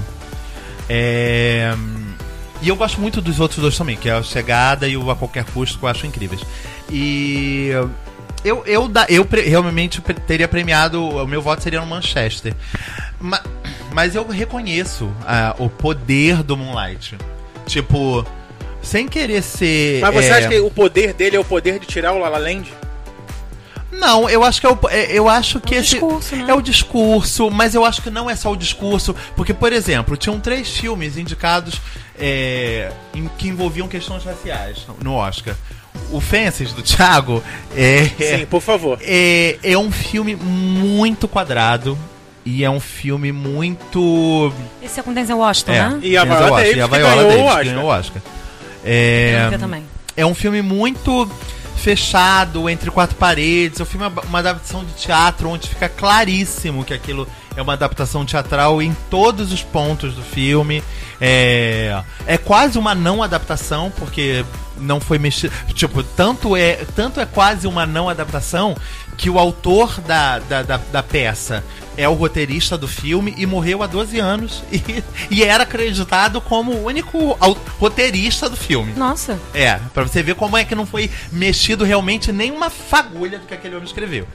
Speaker 2: E eu gosto muito dos outros dois também, que é a Chegada e o A Qualquer Custo, que eu acho incríveis. E eu realmente teria premiado, o meu voto seria no Manchester. Mas eu reconheço o poder do Moonlight. Tipo, sem querer ser...
Speaker 1: Mas você acha que o poder dele é o poder de tirar o La La Land?
Speaker 2: Não, eu acho que eu acho que esse
Speaker 3: discurso, né?
Speaker 2: é o discurso, mas eu acho que não é só o discurso, porque, por exemplo, tinham 3 filmes indicados que envolviam questões raciais no Oscar. O Fences, do Thiago,
Speaker 1: Sim, por favor.
Speaker 2: é um filme muito quadrado e é um filme muito...
Speaker 3: Esse é com Denzel Washington, né?
Speaker 1: E a
Speaker 2: Denzel
Speaker 1: Viola
Speaker 2: Washington,
Speaker 1: Davis,
Speaker 2: e a
Speaker 1: que
Speaker 2: Viola
Speaker 1: ganhou o
Speaker 2: Davis, que
Speaker 1: Oscar.
Speaker 2: ganhou o Oscar.
Speaker 3: Eu vou ver também.
Speaker 2: É um filme muito fechado, entre 4 paredes. O filme é uma adaptação de teatro, onde fica claríssimo que aquilo é uma adaptação teatral em todos os pontos do filme. É quase uma não adaptação, porque não foi mexido. Tipo, tanto é quase uma não adaptação que o autor da peça é o roteirista do filme e morreu há 12 anos e era acreditado como o único roteirista do filme.
Speaker 3: Nossa.
Speaker 2: Pra você ver como é que não foi mexido realmente nenhuma fagulha do que aquele homem escreveu.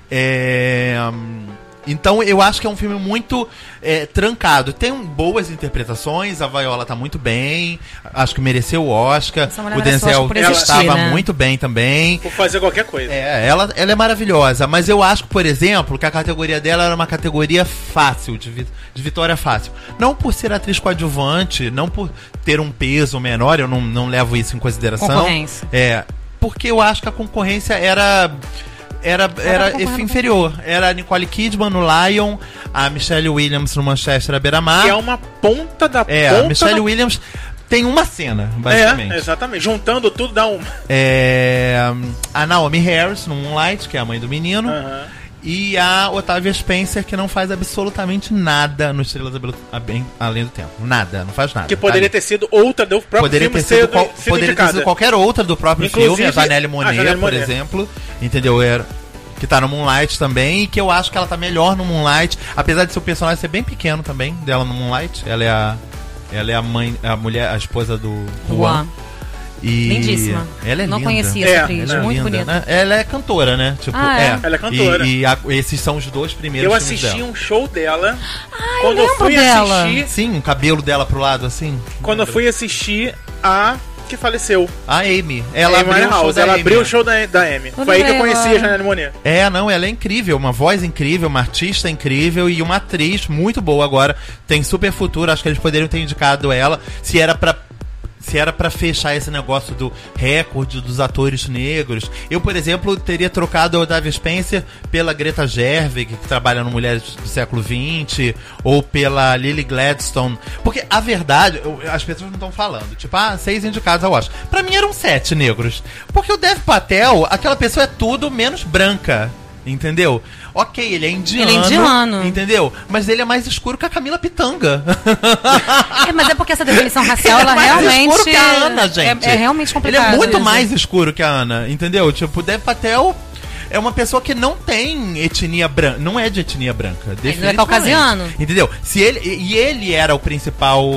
Speaker 2: Então eu acho que é um filme muito trancado. Tem boas interpretações, a Viola tá muito bem, acho que mereceu o Oscar.
Speaker 3: Essa mulher
Speaker 2: O
Speaker 3: merece o
Speaker 2: Denzel
Speaker 3: Oscar por existir,
Speaker 2: estava
Speaker 3: né?
Speaker 2: muito bem também.
Speaker 1: Por fazer qualquer coisa.
Speaker 2: Ela é maravilhosa, mas eu acho, por exemplo, que a categoria dela era uma categoria fácil, de vitória fácil. Não por ser atriz coadjuvante, não por ter um peso menor, eu não levo isso em consideração.
Speaker 3: Concorrência.
Speaker 2: Porque eu acho que a concorrência era inferior. Era a Nicole Kidman no Lion, a Michelle Williams no Manchester à beira-mar.
Speaker 1: Que é uma ponta da ponta.
Speaker 2: A Michelle Williams tem uma cena, basicamente.
Speaker 1: Exatamente. Juntando tudo dá uma.
Speaker 2: A Naomi Harris, no Moonlight, que é a mãe do menino. E a Octavia Spencer, que não faz absolutamente nada no Estrelas Além do Tempo. Nada, não faz nada.
Speaker 1: Que poderia ter sido outra do próprio
Speaker 2: poderia
Speaker 1: filme.
Speaker 2: Poderia ter sido qualquer outra do próprio
Speaker 1: Inclusive,
Speaker 2: filme. A Janelle Monáe, por exemplo. Entendeu? Que tá no Moonlight também. E que eu acho que ela tá melhor no Moonlight. Apesar de seu personagem ser bem pequeno também, dela no Moonlight. Ela é a mãe, a esposa do Juan. E
Speaker 3: lindíssima.
Speaker 2: Ela é
Speaker 3: não
Speaker 2: linda.
Speaker 3: conhecia essa atriz, muito
Speaker 2: linda,
Speaker 3: bonita.
Speaker 2: Né? Ela é cantora, né? Tipo,
Speaker 1: Ela é cantora.
Speaker 2: Esses são os 2 primeiros
Speaker 1: Eu
Speaker 2: filmes
Speaker 1: assisti
Speaker 2: dela.
Speaker 1: um show dela.
Speaker 3: Quando eu fui
Speaker 1: assistir.
Speaker 2: Sim, o cabelo dela pro lado, assim.
Speaker 1: Quando eu fui assistir a que faleceu.
Speaker 2: A Amy. Ela abriu o show da
Speaker 1: ela
Speaker 2: Amy.
Speaker 1: abriu o show da Amy. Foi aí que eu conheci a Janelle Monáe.
Speaker 2: Não, ela é incrível. Uma voz incrível, uma artista incrível e uma atriz muito boa agora. Tem super futuro. Acho que eles poderiam ter indicado ela se era pra fechar esse negócio do recorde dos atores negros. Eu, por exemplo, teria trocado a Octavia Spencer pela Greta Gerwig, que trabalha no Mulheres do Século XX, ou pela Lily Gladstone. Porque, a verdade, as pessoas não estão falando. Tipo, 6 indicados ao Oscar. Pra mim eram 7 negros. Porque o Dev Patel, aquela pessoa é tudo menos branca. Entendeu? Ok, ele é indiano.
Speaker 3: Ele é indiano.
Speaker 2: Entendeu? Mas ele é mais escuro que a Camila Pitanga.
Speaker 3: Mas é porque essa definição racial,
Speaker 2: ele
Speaker 3: ela
Speaker 2: é mais
Speaker 3: realmente...
Speaker 2: escuro que a Ana, gente.
Speaker 3: É realmente complicado.
Speaker 2: Ele é muito
Speaker 3: isso.
Speaker 2: mais escuro que a Ana, entendeu? Tipo, o Dev Patel é uma pessoa que não tem etnia branca. Não é de etnia branca.
Speaker 3: Ele não é caucasiano.
Speaker 2: Entendeu? Ele era o principal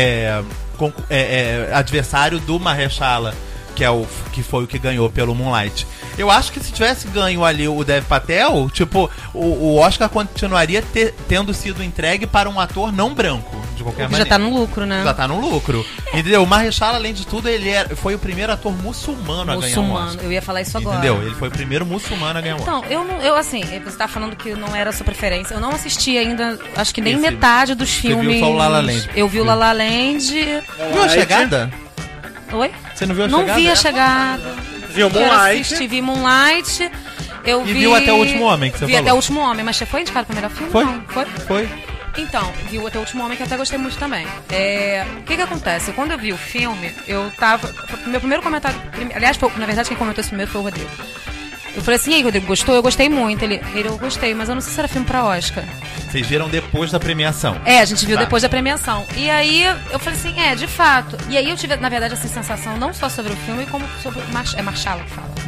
Speaker 2: adversário do Mahershala, que foi o que ganhou pelo Moonlight. Eu acho que se tivesse ganho ali o Dev Patel, tipo, o Oscar continuaria tendo sido entregue para um ator não branco, de qualquer maneira.
Speaker 3: Já tá no lucro, né?
Speaker 2: Já tá no lucro. Entendeu? O Mahershala, além de tudo, foi o primeiro ator muçulmano a ganhar um Oscar.
Speaker 3: Eu ia falar isso agora.
Speaker 2: Entendeu? Ele foi o primeiro muçulmano a ganhar um Oscar.
Speaker 3: Então, assim, você tá falando que não era a sua preferência. Eu não assisti ainda, acho que nem metade dos filmes.
Speaker 2: Você viu só o La La Land?
Speaker 3: Eu vi o La La Land.
Speaker 2: Viu a Chegada?
Speaker 3: Oi?
Speaker 2: Você não viu a Chegada?
Speaker 3: Não vi a Chegada.
Speaker 1: Viu Moonlight?
Speaker 3: Vi Moonlight.
Speaker 2: Viu Até o Último Homem, que você falou.
Speaker 3: Vi Até o Último Homem, mas você foi indicado pro melhor filme?
Speaker 2: Foi.
Speaker 3: Não,
Speaker 2: Foi.
Speaker 3: Então, vi o Até o Último Homem, que eu até gostei muito também. O que acontece? Quando eu vi o filme, eu tava... Meu primeiro comentário... Aliás, na verdade, quem comentou esse primeiro foi o Rodrigo. Eu falei assim, e aí, Rodrigo, gostou? Eu gostei muito. Eu gostei, mas eu não sei se era filme pra Oscar.
Speaker 2: Vocês viram depois da premiação?
Speaker 3: A gente viu depois da premiação. E aí, eu falei assim, de fato. E aí eu tive, na verdade, essa sensação não só sobre o filme, como sobre... Mahershala que fala.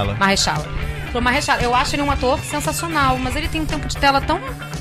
Speaker 3: Mahershala. Eu acho ele um ator sensacional, mas ele tem um tempo de tela tão...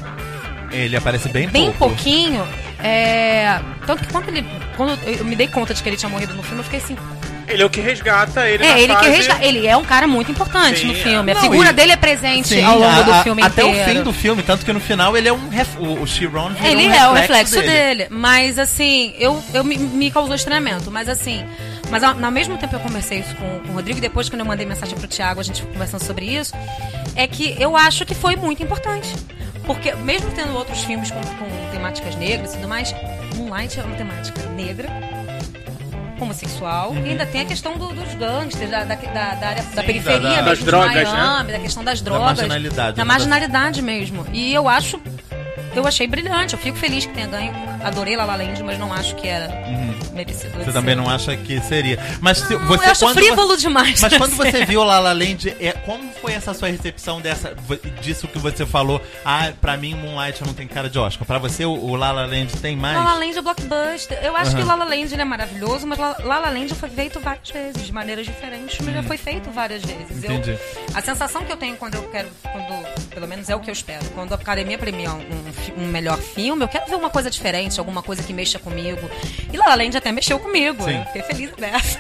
Speaker 2: Ele aparece bem
Speaker 3: pouquinho. Tanto que quando eu me dei conta de que ele tinha morrido no filme, eu fiquei assim...
Speaker 1: Ele é o que resgata ele
Speaker 3: Ele é um cara muito importante no filme. A
Speaker 2: Não,
Speaker 3: figura dele é presente ao longo do filme
Speaker 2: até
Speaker 3: inteiro.
Speaker 2: Até o fim do filme, tanto que no final ele é o Chiron virou
Speaker 3: ele é o reflexo dele. Mas assim, me causou estranhamento. Mas assim, ao mesmo tempo eu conversei isso com o Rodrigo, e depois quando eu mandei mensagem pro Thiago, a gente conversando sobre isso, é que eu acho que foi muito importante. Porque mesmo tendo outros filmes com temáticas negras e tudo mais, Moonlight é uma temática negra, homossexual, e ainda tem a questão dos gangsters, da área da periferia
Speaker 1: das
Speaker 3: mesmo,
Speaker 1: drogas,
Speaker 3: de Miami,
Speaker 1: né?
Speaker 3: Da questão das drogas,
Speaker 2: da
Speaker 3: marginalidade mesmo. E eu achei brilhante, eu fico feliz que tenha ganho. Adorei La La Land, mas não acho que era merecido.
Speaker 2: Você também não acha que seria? Mas
Speaker 3: eu acho frívolo demais.
Speaker 2: Mas quando você viu La La Land, como foi essa sua recepção disso que você falou? Pra mim Moonlight não tem cara de Oscar. Pra você o La La Land tem mais?
Speaker 3: La La Land é blockbuster. Eu acho que o La La Land ele é maravilhoso, mas La La Land foi feito várias vezes, de maneiras diferentes, mas já foi feito várias vezes.
Speaker 2: Entendi.
Speaker 3: A sensação que eu tenho quando pelo menos é o que eu espero, quando a Academia premia um melhor filme, eu quero ver uma coisa diferente, alguma coisa que mexa comigo. E La La Land até mexeu comigo.
Speaker 2: Sim.
Speaker 3: Eu fiquei feliz dessa.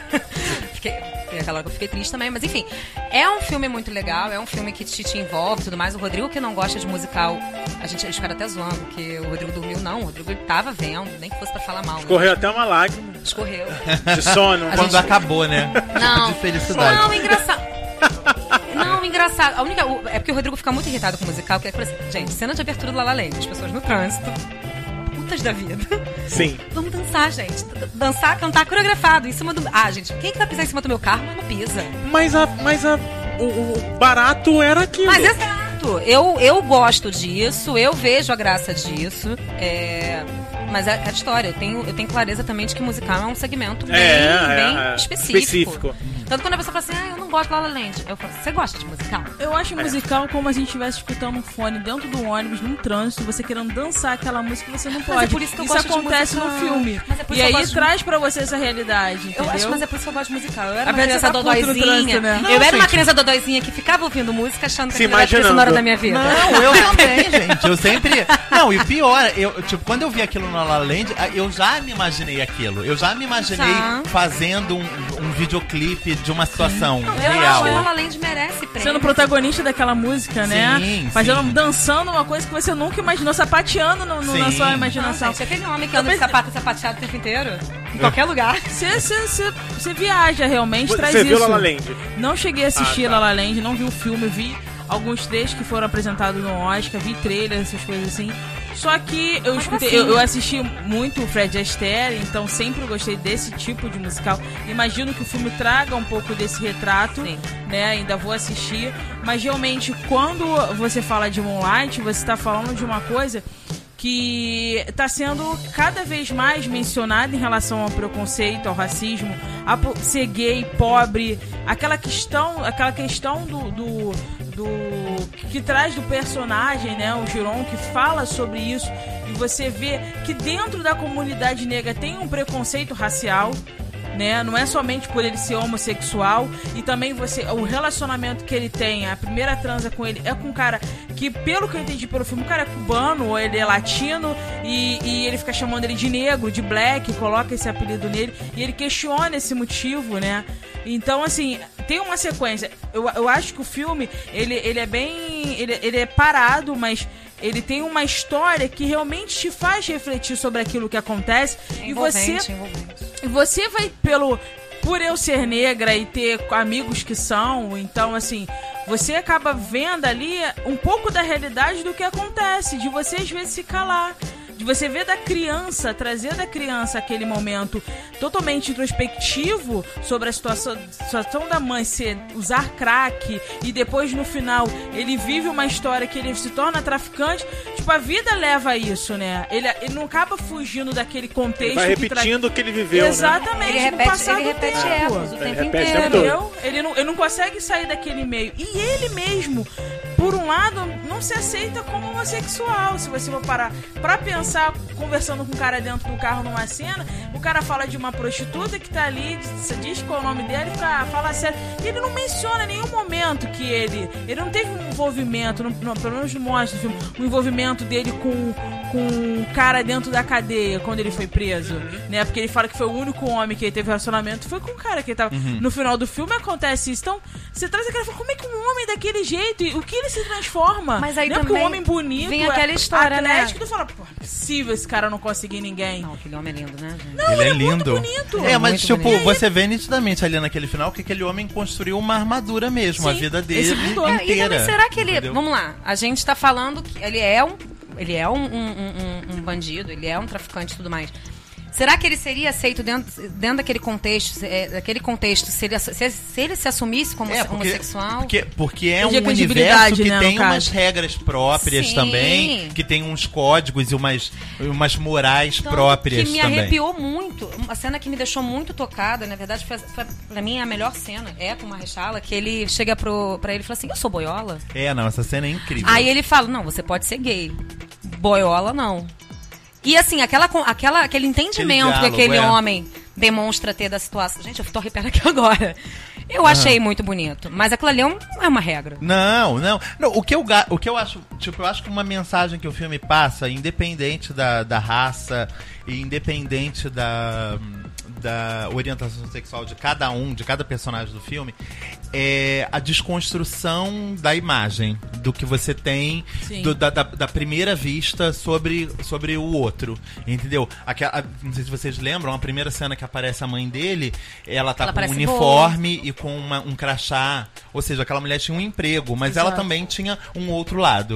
Speaker 3: Aquela hora que eu fiquei triste também, mas enfim, é um filme muito legal, é um filme que te envolve e tudo mais. O Rodrigo, que não gosta de musical, eles ficaram até zoando, porque o Rodrigo dormiu, não, o Rodrigo tava vendo, nem que fosse pra falar mal.
Speaker 1: Escorreu até uma lágrima.
Speaker 3: Escorreu.
Speaker 1: De sono.
Speaker 2: Quando acabou, né?
Speaker 3: Não.
Speaker 2: De felicidade.
Speaker 3: Não, engraçado. É porque o Rodrigo fica muito irritado com o musical, que ele fala assim, gente, cena de abertura do La La Land, as pessoas no trânsito, putas da vida.
Speaker 1: Sim.
Speaker 3: Vamos dançar, gente. Dançar, cantar coreografado em cima do... gente, quem que vai pisar em cima do meu carro? Não pisa.
Speaker 1: Mas o barato era aquilo.
Speaker 3: Mas exato. Eu gosto disso, eu vejo a graça disso. mas é a história. Eu tenho clareza também de que musical é um segmento bem específico. Tanto quando a pessoa fala assim, eu não gosto de La La Land. Eu falo, você gosta de musical? Eu
Speaker 4: acho musical como a gente estivesse escutando um fone dentro do ônibus, num trânsito, você querendo dançar aquela música que você não pode.
Speaker 3: Mas é por isso que eu
Speaker 4: isso
Speaker 3: gosto
Speaker 4: acontece
Speaker 3: de
Speaker 4: no filme.
Speaker 3: É
Speaker 4: e aí traz pra você essa realidade, entendeu?
Speaker 3: Eu acho, mas é por isso que eu gosto de musical. Eu era uma criança dodóizinha.
Speaker 4: Né?
Speaker 3: Eu era uma criança dodóizinha que ficava ouvindo música achando que era a trilha sonora da minha vida.
Speaker 2: Não, eu também, gente. Eu sempre... Não, e o pior, quando eu vi aquilo no La La Land, eu já me imaginei aquilo. Eu já me imaginei fazendo um videoclipe de uma situação real.
Speaker 3: Eu acho que La La Land merece prêmio.
Speaker 4: Sendo protagonista daquela música, né?
Speaker 2: Sim,
Speaker 4: dançando uma coisa que você nunca imaginou, sapateando na sua imaginação.
Speaker 3: Nossa, aquele homem que anda de sapato sapateado o tempo inteiro, em qualquer lugar.
Speaker 4: Você viaja realmente, traz
Speaker 1: isso. Você
Speaker 4: viu
Speaker 1: La La Land?
Speaker 4: Não cheguei a assistir La La Land, não vi o filme, vi alguns trechos que foram apresentados no Oscar, vi trailers, essas coisas assim. Só que eu assisti muito o Fred Astaire, então sempre gostei desse tipo de musical. Imagino que o filme traga um pouco desse retrato, né? Ainda vou assistir. Mas realmente, quando você fala de Moonlight, você está falando de uma coisa que está sendo cada vez mais mencionada em relação ao preconceito, ao racismo, a ser gay, pobre, aquela questão do que traz do personagem, né, o Giron, que fala sobre isso, e você vê que dentro da comunidade negra tem um preconceito racial, né? Não é somente por ele ser homossexual, e também o relacionamento que ele tem, a primeira transa com ele é com um cara que, pelo que eu entendi pelo filme, o cara é cubano ou ele é latino, e ele fica chamando ele de negro, de black, coloca esse apelido nele, e ele questiona esse motivo, né? Então, assim, tem uma sequência. Eu acho que o filme, ele é bem... Ele é parado, mas ele tem uma história que realmente te faz refletir sobre aquilo que acontece.
Speaker 3: Envolvente.
Speaker 4: E você vai por eu ser negra e ter amigos que são, então assim, você acaba vendo ali um pouco da realidade do que acontece, de você às vezes se calar, de você ver trazer da criança aquele momento totalmente introspectivo sobre a situação da mãe usar crack, e depois no final ele vive uma história que ele se torna traficante. Tipo, a vida leva a isso, né? Ele não acaba fugindo daquele contexto. Ele
Speaker 1: vai repetindo o que ele viveu,
Speaker 4: exatamente,
Speaker 1: né?
Speaker 3: Ele repete épocas o tempo inteiro.
Speaker 4: Entendeu? Ele não consegue sair daquele meio. E ele mesmo, por um lado, não se aceita como homossexual. Se você for parar pra pensar, conversando com um cara dentro do carro numa cena, o cara fala de uma prostituta que tá ali, diz qual é o nome dele, fala sério. Ele não menciona em nenhum momento que ele não teve um envolvimento, pelo menos não mostra no filme, um envolvimento dele com um cara dentro da cadeia quando ele foi preso, né? Porque ele fala que foi o único homem que ele teve relacionamento, foi com um cara que ele tava... No final do filme acontece isso. Então, você traz aquela... Como é que um homem daquele jeito, o que ele se transforma?
Speaker 3: Mas aí
Speaker 4: não
Speaker 3: também
Speaker 4: é um homem bonito,
Speaker 3: vem aquela história, né?
Speaker 4: Tu fala, pô, é possível esse cara não conseguir ninguém.
Speaker 3: Não, aquele homem é lindo, né, gente?
Speaker 4: Não,
Speaker 2: ele é
Speaker 4: muito
Speaker 2: lindo.
Speaker 4: bonito.
Speaker 2: Mas
Speaker 3: muito
Speaker 2: tipo,
Speaker 3: bonito.
Speaker 2: você vê nitidamente ali naquele final que aquele homem construiu uma armadura mesmo, a vida dele inteira.
Speaker 3: E também, será que ele...
Speaker 2: Entendeu?
Speaker 3: Vamos lá, a gente tá falando que ele é um bandido, ele é um traficante e tudo mais. Será que ele seria aceito dentro daquele contexto, se ele se assumisse como homossexual?
Speaker 2: Porque é um universo que tem umas regras próprias também, que tem uns códigos e umas morais próprias
Speaker 3: que me
Speaker 2: também.
Speaker 3: arrepiou muito, uma cena que me deixou muito tocada, na verdade, foi pra mim a melhor cena, com o Mahershala, que ele chega pra ele e fala assim, eu sou boiola?
Speaker 2: Não, essa cena é incrível.
Speaker 3: Aí ele fala, não, você pode ser gay, boiola não. E assim, aquele entendimento que aquele homem demonstra ter da situação. Gente, eu tô arrepiada aqui agora. Eu achei muito bonito. Mas aquilo ali é uma regra.
Speaker 2: Não. O que eu acho, tipo, eu acho que uma mensagem que o filme passa, independente da raça, e independente da orientação sexual de cada personagem do filme, é a desconstrução da imagem, do que você tem da primeira vista sobre o outro, entendeu? Não sei se vocês lembram, a primeira cena que aparece a mãe dele, ela com um uniforme e com um crachá, ou seja, aquela mulher tinha um emprego, mas ela também tinha um outro lado.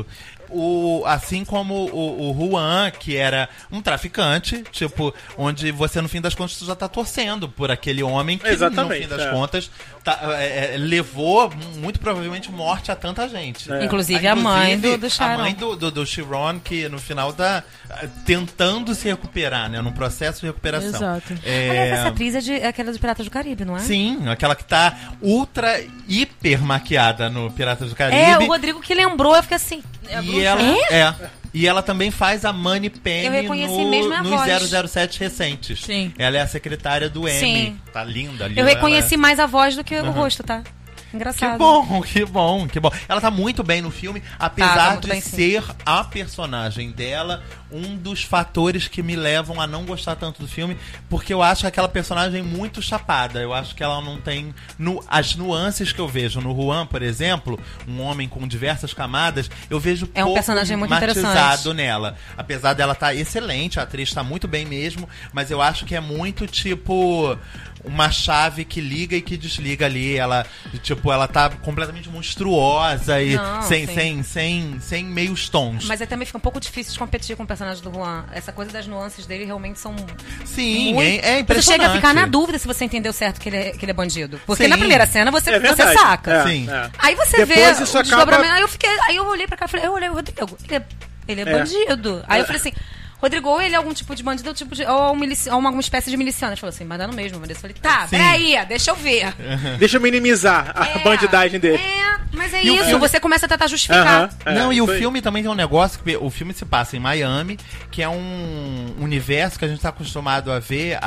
Speaker 2: assim como o Juan, que era um traficante, tipo, onde você, no fim das contas, já tá torcendo por aquele homem que, no fim das contas, levou, muito provavelmente, morte a tanta gente.
Speaker 3: Inclusive a mãe do Sharon.
Speaker 2: A mãe do Chiron, que no final tá tentando se recuperar, né? Num processo de recuperação.
Speaker 4: Exato.
Speaker 3: Aliás, essa atriz é aquela de Piratas do Caribe, não é?
Speaker 2: Sim, aquela que tá ultra, hiper maquiada no Piratas do Caribe.
Speaker 3: É, o Rodrigo que lembrou, eu fiquei assim...
Speaker 2: E ela também faz a Money Penny nos 007 recentes.
Speaker 4: Sim.
Speaker 2: Ela é a secretária do M.
Speaker 3: Sim.
Speaker 2: Tá linda ali.
Speaker 3: Eu reconheci mais a voz do que o rosto, tá? Engraçado.
Speaker 2: Que bom. Ela tá muito bem no filme, apesar de ser a personagem dela um dos fatores que me levam a não gostar tanto do filme, porque eu acho aquela personagem muito chapada. Eu acho que ela não tem... as nuances que eu vejo no Juan, por exemplo, um homem com diversas camadas, eu vejo
Speaker 3: um personagem muito
Speaker 2: matizado nela. Apesar dela estar excelente, a atriz tá muito bem mesmo, mas eu acho que é muito tipo... uma chave que liga e que desliga ali. Ela, tipo, ela tá completamente monstruosa e sem meios tons.
Speaker 3: Mas aí também fica um pouco difícil de competir com o personagem do Juan. Essa coisa das nuances dele realmente são...
Speaker 2: Sim,
Speaker 3: muito...
Speaker 2: é impressionante.
Speaker 3: Você chega a ficar na dúvida se você entendeu certo que ele é bandido. Porque
Speaker 2: Sim.
Speaker 3: na primeira cena você saca.
Speaker 2: Sim.
Speaker 3: Aí você
Speaker 1: depois
Speaker 3: vê
Speaker 1: isso
Speaker 3: o desdobramento.
Speaker 1: acaba...
Speaker 3: Aí eu olhei pra cá e falei, o Rodrigo, ele é bandido. Aí eu falei assim... Rodrigo, ou ele é algum tipo de bandido, ou alguma espécie de miliciano. Ele falou assim, mas dá no mesmo. Eu falei, peraí, deixa eu ver.
Speaker 1: Deixa eu minimizar a bandidagem dele.
Speaker 3: Mas é isso, você começa a tentar justificar.
Speaker 2: O filme também tem um negócio, que o filme se passa em Miami, que é um universo que a gente tá acostumado a ver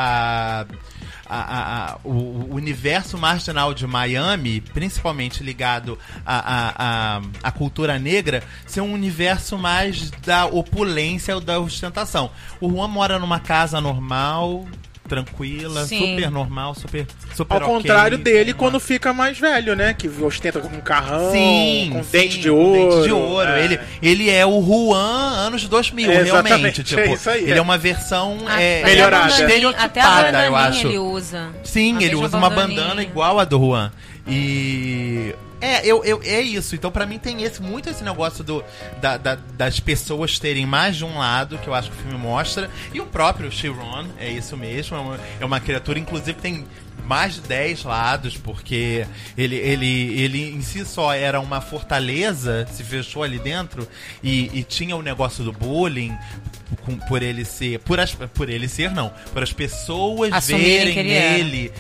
Speaker 2: o universo marginal de Miami, principalmente ligado à cultura negra, ser um universo mais da opulência ou da ostentação. O Juan mora numa casa normal, tranquila, super normal, super
Speaker 1: ao contrário dele quando fica mais velho, né? Que ostenta com um carrão, com dente de ouro.
Speaker 2: Dente de ouro. Ele é o Juan anos 2000, realmente. Tipo,
Speaker 1: é isso aí.
Speaker 2: Ele é uma versão
Speaker 1: melhorada.
Speaker 3: Até a
Speaker 2: bandaninha eu acho.
Speaker 3: Ele usa.
Speaker 2: Sim, ele usa uma bandana igual a do Juan. E... é isso. Então, pra mim, tem muito esse negócio das pessoas terem mais de um lado, que eu acho que o filme mostra. E o próprio Chiron, é isso mesmo. É uma criatura, inclusive, tem mais de 10 lados, porque ele em si só era uma fortaleza, se fechou ali dentro, e tinha o negócio do bullying, por as pessoas
Speaker 3: assumirem
Speaker 2: verem nele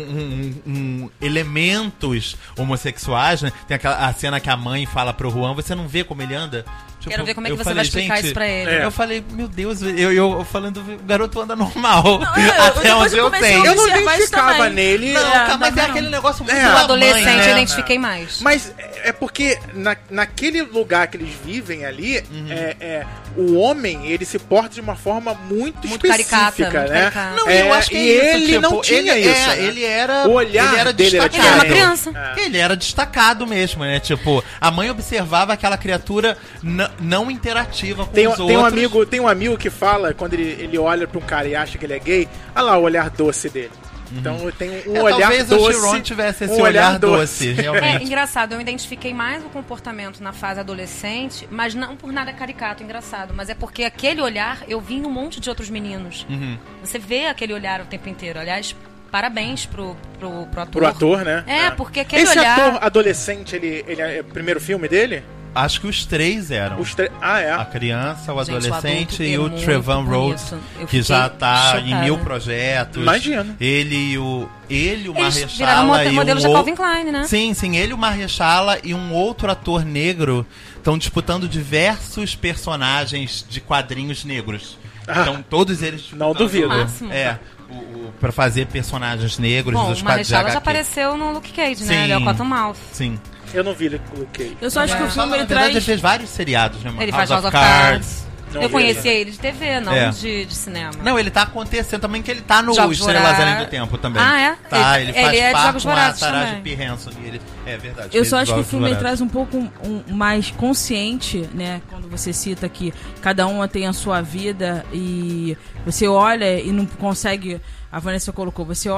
Speaker 2: elementos homossexuais, né? Tem a cena que a mãe fala pro Juan, você não vê como ele anda? Tipo,
Speaker 3: quero ver como é que você vai explicar isso pra ele.
Speaker 2: Eu falei, meu Deus, eu falando, o garoto anda normal. Até onde eu sei.
Speaker 1: Eu não identificava nele.
Speaker 2: Mas é aquele negócio muito
Speaker 3: o adolescente
Speaker 2: mãe, né?
Speaker 3: eu identifiquei mais.
Speaker 1: Mas é porque naquele lugar que eles vivem ali, o homem, ele se porta de uma forma muito específica,
Speaker 3: caricata,
Speaker 1: né?
Speaker 2: Não, eu acho que
Speaker 1: ele não tinha isso.
Speaker 2: Ele era,
Speaker 1: o olhar dele era
Speaker 3: Ele era uma criança.
Speaker 2: Ele era destacado mesmo, né? Tipo, a mãe observava aquela criatura não interativa com os outros.
Speaker 1: Tem um amigo que fala, quando ele olha pra um cara e acha que ele é gay, olha lá o olhar doce dele. Então tem um olhar doce.
Speaker 2: Talvez o Chiron tivesse esse olhar doce, realmente.
Speaker 3: Engraçado, eu identifiquei mais o comportamento na fase adolescente, mas não por nada caricato, engraçado, mas é porque aquele olhar eu vi em um monte de outros meninos. Você vê aquele olhar o tempo inteiro. Aliás, parabéns pro ator.
Speaker 1: Pro ator, né?
Speaker 3: Porque aquele
Speaker 1: esse
Speaker 3: olhar...
Speaker 1: ator adolescente, ele é o primeiro filme dele?
Speaker 2: Acho que os três eram. A criança, o adolescente e o Trevor Rhodes, que já tá em 1000 projetos.
Speaker 1: Imagina.
Speaker 2: Ele, o
Speaker 3: Mahershala e modelo de Calvin Klein, né?
Speaker 2: Sim, ele, o Mahershala e um outro ator negro estão disputando diversos personagens de quadrinhos negros. Então todos eles
Speaker 1: não duvido.
Speaker 2: Pra fazer personagens negros dos quadrinhos.
Speaker 3: O Mahershala já apareceu no Luke Cage, né? Ele é o Cottonmouth.
Speaker 2: Sim.
Speaker 1: Eu não vi Luke Cage.
Speaker 4: Eu só acho que o filme ele traz...
Speaker 2: Ele fez vários seriados, né?
Speaker 3: Ele faz House of Cards. Eu conhecia ele de TV, não
Speaker 2: É.
Speaker 3: de cinema.
Speaker 2: Não, ele tá acontecendo também, que ele tá no
Speaker 3: Jogos
Speaker 2: Estrelas
Speaker 3: Vorazes.
Speaker 2: Além do Tempo também.
Speaker 3: Ah, é?
Speaker 2: Tá, ele faz
Speaker 3: ele é de
Speaker 2: parte
Speaker 3: Jogos
Speaker 2: com a
Speaker 3: Vorazes
Speaker 2: Taraji
Speaker 3: também.
Speaker 2: P. Henson. É verdade.
Speaker 4: Eu
Speaker 2: fez
Speaker 4: só acho que o
Speaker 2: Jogos
Speaker 4: filme ele
Speaker 2: Vorazes.
Speaker 4: traz um pouco mais consciente, né? Quando você cita que cada uma tem a sua vida e você olha e não consegue... A Vanessa colocou, você olha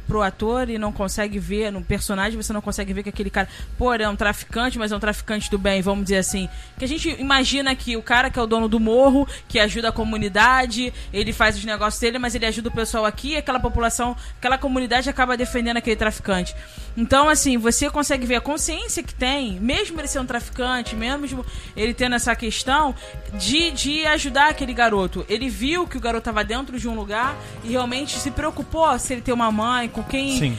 Speaker 4: pro ator e não consegue ver, no personagem você não consegue ver que aquele cara, pô, ele é um traficante, mas é um traficante do bem, vamos dizer assim. Que a gente imagina que o cara que é o dono do morro, que ajuda a comunidade, ele faz os negócios dele, mas ele ajuda o pessoal aqui, aquela população, aquela comunidade acaba defendendo aquele traficante. Então, assim, você consegue ver a consciência que tem, mesmo ele ser um traficante, mesmo ele tendo essa questão de ajudar aquele garoto. Ele viu que o garoto estava dentro de um lugar e realmente se preocupou se ele tem uma mãe, com quem...
Speaker 2: Sim.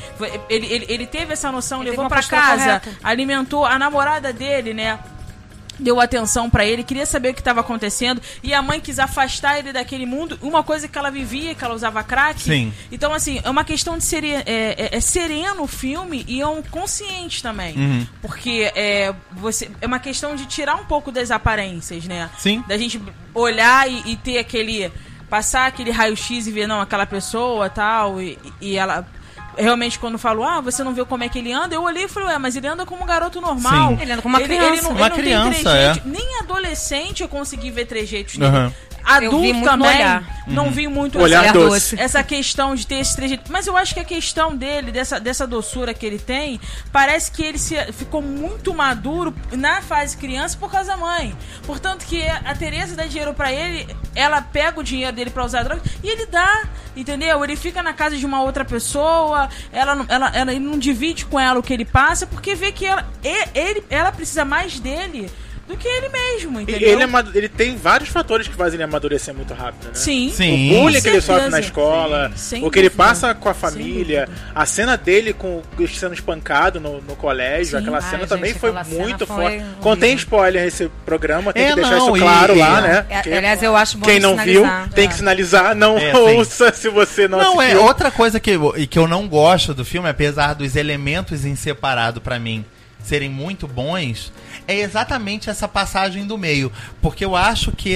Speaker 4: Ele teve essa noção,
Speaker 3: Ele
Speaker 4: levou
Speaker 3: teve uma
Speaker 4: pra
Speaker 3: postura
Speaker 4: casa,
Speaker 3: correta.
Speaker 4: alimentou a namorada dele, né? Deu atenção pra ele, queria saber o que estava acontecendo, e a mãe quis afastar ele daquele mundo, uma coisa que ela vivia, que ela usava crack.
Speaker 2: Sim.
Speaker 4: Então, assim, é uma questão de sereno o filme e é um consciente também.
Speaker 2: Uhum.
Speaker 4: Porque é uma questão de tirar um pouco das aparências, né?
Speaker 2: Sim.
Speaker 4: Da gente olhar e ter aquele... Passar aquele raio-x e ver, não, aquela pessoa tal, e ela... Realmente, quando falou, você não viu como é que ele anda, eu olhei e falei, mas ele anda como um garoto normal.
Speaker 2: Sim.
Speaker 3: Ele anda como uma criança.
Speaker 4: Ele
Speaker 2: Uma
Speaker 4: não
Speaker 2: criança,
Speaker 4: tem trejeito. Nem adolescente eu consegui ver trejeitos dele.
Speaker 2: Uhum.
Speaker 4: Adulto
Speaker 3: Eu vi muito
Speaker 4: também,
Speaker 3: no olhar.
Speaker 4: não vi muito
Speaker 1: Olhar
Speaker 4: essa,
Speaker 1: doce.
Speaker 4: essa questão de ter esse trejeito. Mas eu acho que a questão dele, dessa doçura que ele tem, parece que ele ficou muito maduro na fase criança por causa da mãe. Portanto, que a Tereza dá dinheiro pra ele, ela pega o dinheiro dele pra usar droga e ele dá, entendeu? Ele fica na casa de uma outra pessoa, ele não divide com ela o que ele passa, porque vê que ela precisa mais dele do que ele mesmo,
Speaker 1: E
Speaker 4: entendeu?
Speaker 1: ele tem vários fatores que fazem ele amadurecer muito rápido, né?
Speaker 4: Sim.
Speaker 2: Sim.
Speaker 1: O bullying que ele
Speaker 4: certeza.
Speaker 1: sofre na escola,
Speaker 4: Sem
Speaker 1: o que ele
Speaker 4: dúvida.
Speaker 1: passa com a
Speaker 4: Sem
Speaker 1: família,
Speaker 4: dúvida.
Speaker 1: a cena dele sendo espancado no colégio,
Speaker 4: Sim.
Speaker 1: aquela
Speaker 3: Ai,
Speaker 1: cena
Speaker 3: gente,
Speaker 1: também foi
Speaker 3: aquela cena
Speaker 1: muito
Speaker 3: foi
Speaker 1: forte.
Speaker 3: horrível.
Speaker 1: Contém spoiler esse programa, tem que deixar
Speaker 2: não,
Speaker 1: isso claro lá,
Speaker 2: e-
Speaker 1: né? Porque
Speaker 3: Aliás, eu acho bom
Speaker 1: quem não viu
Speaker 3: sinalizar.
Speaker 1: tem que sinalizar, não
Speaker 2: É, sim.
Speaker 1: ouça se você não
Speaker 2: Não,
Speaker 1: assistiu.
Speaker 2: outra coisa que eu não gosto do filme, apesar dos elementos em separado pra mim serem muito bons, é exatamente essa passagem do meio. Porque eu acho que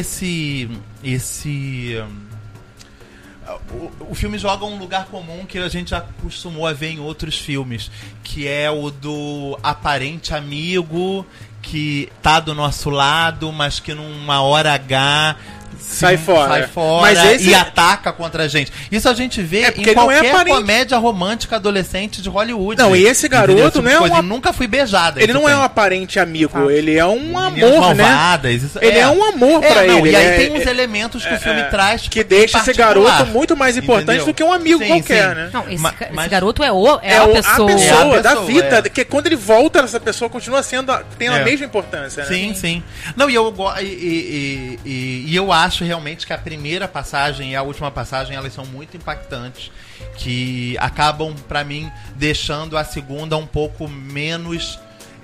Speaker 2: o filme joga um lugar comum que a gente já acostumou a ver em outros filmes, que é o do aparente amigo que tá do nosso lado, mas que numa hora H
Speaker 1: Sai fora.
Speaker 2: Mas
Speaker 1: Mas esse-
Speaker 2: e ataca contra a gente. Isso a gente vê
Speaker 1: É,
Speaker 2: em
Speaker 1: porque não é
Speaker 2: qualquer
Speaker 1: aparente.
Speaker 2: comédia romântica adolescente de Hollywood.
Speaker 1: Não, e esse garoto
Speaker 2: Entendeu? Esse tipo
Speaker 1: não
Speaker 2: de
Speaker 1: é
Speaker 2: coisa.
Speaker 1: uma-
Speaker 2: Eu nunca fui beijada.
Speaker 1: Ele
Speaker 2: isso
Speaker 1: não é
Speaker 2: tem.
Speaker 1: um aparente amigo,
Speaker 3: Fato.
Speaker 1: ele é um
Speaker 2: Meninas
Speaker 1: amor, né?
Speaker 2: malvadas, isso-
Speaker 1: Ele é um amor pra
Speaker 2: não,
Speaker 1: ele.
Speaker 2: E aí
Speaker 1: é-
Speaker 2: tem uns elementos que o filme traz
Speaker 1: que deixa
Speaker 2: em
Speaker 1: esse
Speaker 2: particular.
Speaker 1: garoto muito mais importante
Speaker 2: Entendeu?
Speaker 1: do que um amigo
Speaker 2: Sim,
Speaker 1: qualquer,
Speaker 2: sim.
Speaker 1: né?
Speaker 3: Não, esse,
Speaker 2: Ma-
Speaker 3: esse
Speaker 2: mas-
Speaker 3: garoto é a
Speaker 1: A
Speaker 3: pessoa.
Speaker 2: É a
Speaker 1: da
Speaker 2: pessoa,
Speaker 1: vida,
Speaker 2: é.
Speaker 1: que quando ele volta, essa pessoa continua tendo a
Speaker 2: É.
Speaker 1: mesma importância, né?
Speaker 2: Sim, sim. Não, e eu acho realmente que a primeira passagem e a última passagem, elas são muito impactantes, que acabam, pra mim, deixando a segunda um pouco menos...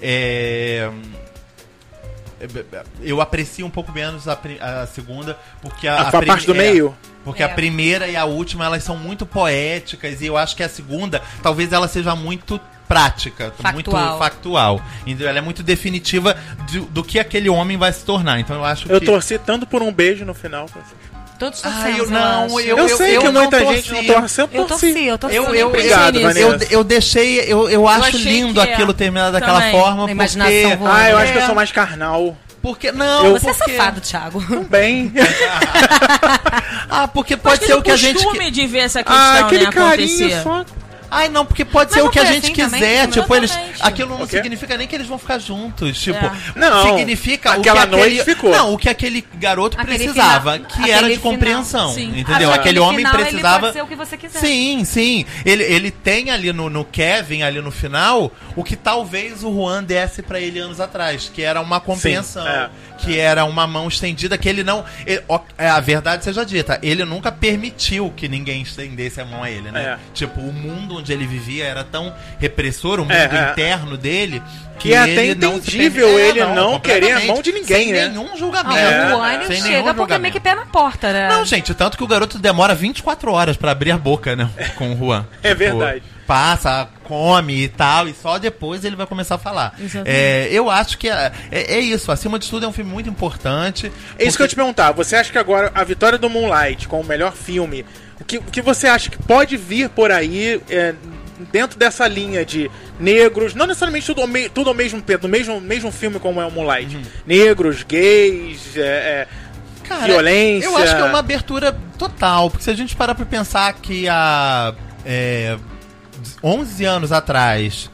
Speaker 2: eu aprecio um pouco menos a segunda, porque
Speaker 1: A parte do meio?
Speaker 2: Porque
Speaker 3: É.
Speaker 2: a primeira e a última, elas são muito poéticas, e eu acho que a segunda, talvez ela seja muito prática, muito
Speaker 3: Factual.
Speaker 2: factual. Então, ela é muito definitiva do que aquele homem vai se tornar. Então eu acho
Speaker 1: Eu
Speaker 2: que...
Speaker 1: torci tanto por um beijo no final.
Speaker 3: Todos
Speaker 2: Ah,
Speaker 3: torcemos,
Speaker 2: eu não,
Speaker 3: acho.
Speaker 1: Eu sei que
Speaker 2: não
Speaker 1: muita
Speaker 2: torci.
Speaker 1: gente não torce, eu
Speaker 3: Eu
Speaker 1: torci.
Speaker 3: torci.
Speaker 1: Obrigado, Vanessa.
Speaker 2: eu deixei, eu acho
Speaker 4: achei
Speaker 2: lindo
Speaker 4: que é.
Speaker 2: aquilo terminar daquela
Speaker 4: Também.
Speaker 2: forma,
Speaker 3: A imaginação
Speaker 2: porque...
Speaker 3: voando.
Speaker 1: Ah, eu acho que eu
Speaker 2: É.
Speaker 1: sou mais carnal.
Speaker 2: Porque, não,
Speaker 3: Você é
Speaker 2: porque...
Speaker 3: safado, Thiago.
Speaker 1: Bem.
Speaker 2: Ah, porque
Speaker 4: Mas
Speaker 2: pode
Speaker 4: tem
Speaker 2: ser o que a gente...
Speaker 4: costume de ver essa questão,
Speaker 1: Ah, aquele
Speaker 4: né,
Speaker 1: carinho
Speaker 4: acontecer.
Speaker 1: só.
Speaker 2: Ai, não, porque pode
Speaker 3: Mas
Speaker 2: ser
Speaker 3: não
Speaker 2: o que a
Speaker 3: foi
Speaker 2: gente
Speaker 3: assim
Speaker 2: quiser.
Speaker 3: também?
Speaker 2: Tipo, eles.
Speaker 4: Exatamente.
Speaker 2: Aquilo não
Speaker 1: O quê?
Speaker 2: significa nem que eles vão ficar juntos. Tipo,
Speaker 1: Não,
Speaker 2: significa
Speaker 1: aquela
Speaker 2: o que
Speaker 1: noite ficou.
Speaker 2: Não, o que aquele garoto
Speaker 3: Aquele
Speaker 2: precisava,
Speaker 3: final-
Speaker 2: que
Speaker 3: aquele
Speaker 2: era de
Speaker 3: final,
Speaker 2: compreensão.
Speaker 4: sim.
Speaker 2: Entendeu?
Speaker 3: Aquele
Speaker 2: Aquele homem
Speaker 3: final,
Speaker 2: precisava.
Speaker 3: Ele pode ser o que você quiser.
Speaker 2: Sim, sim. Ele tem ali no Kevin, ali no final, o que talvez o Juan desse pra ele anos atrás, que era uma compreensão,
Speaker 1: é.
Speaker 2: que era uma mão estendida, que ele não... a verdade seja dita, ele nunca permitiu que ninguém estendesse a mão a ele, né?
Speaker 1: É.
Speaker 2: Tipo, o mundo onde ele vivia era tão repressor, o mundo
Speaker 1: É.
Speaker 2: interno dele,
Speaker 1: Que é até
Speaker 2: ele não se
Speaker 1: entendível
Speaker 2: permite-
Speaker 1: ele não querer a mão de ninguém,
Speaker 2: sem
Speaker 1: né?
Speaker 2: nenhum julgamento.
Speaker 3: Não, o Juan ele
Speaker 2: Sem nenhum
Speaker 3: chega porque é meio
Speaker 2: julgamento.
Speaker 3: que pé na porta, né?
Speaker 2: Não, gente, tanto que o garoto demora 24 horas pra abrir a boca, né? Com o Juan.
Speaker 1: É verdade.
Speaker 2: Tipo, passa, come e tal, e só depois ele vai começar a falar.
Speaker 4: Exatamente.
Speaker 2: Eu acho que é isso. Acima de tudo, é um filme muito importante.
Speaker 1: É isso que eu te perguntar. Você acha que agora a vitória do Moonlight com o melhor filme, o que você acha que pode vir por aí dentro dessa linha de negros, não necessariamente tudo ao mesmo tempo, no mesmo filme como é o Moonlight. Negros, gays,
Speaker 2: Cara,
Speaker 1: violência.
Speaker 2: Eu acho que é uma abertura total, porque se a gente parar pra pensar que 11 anos atrás,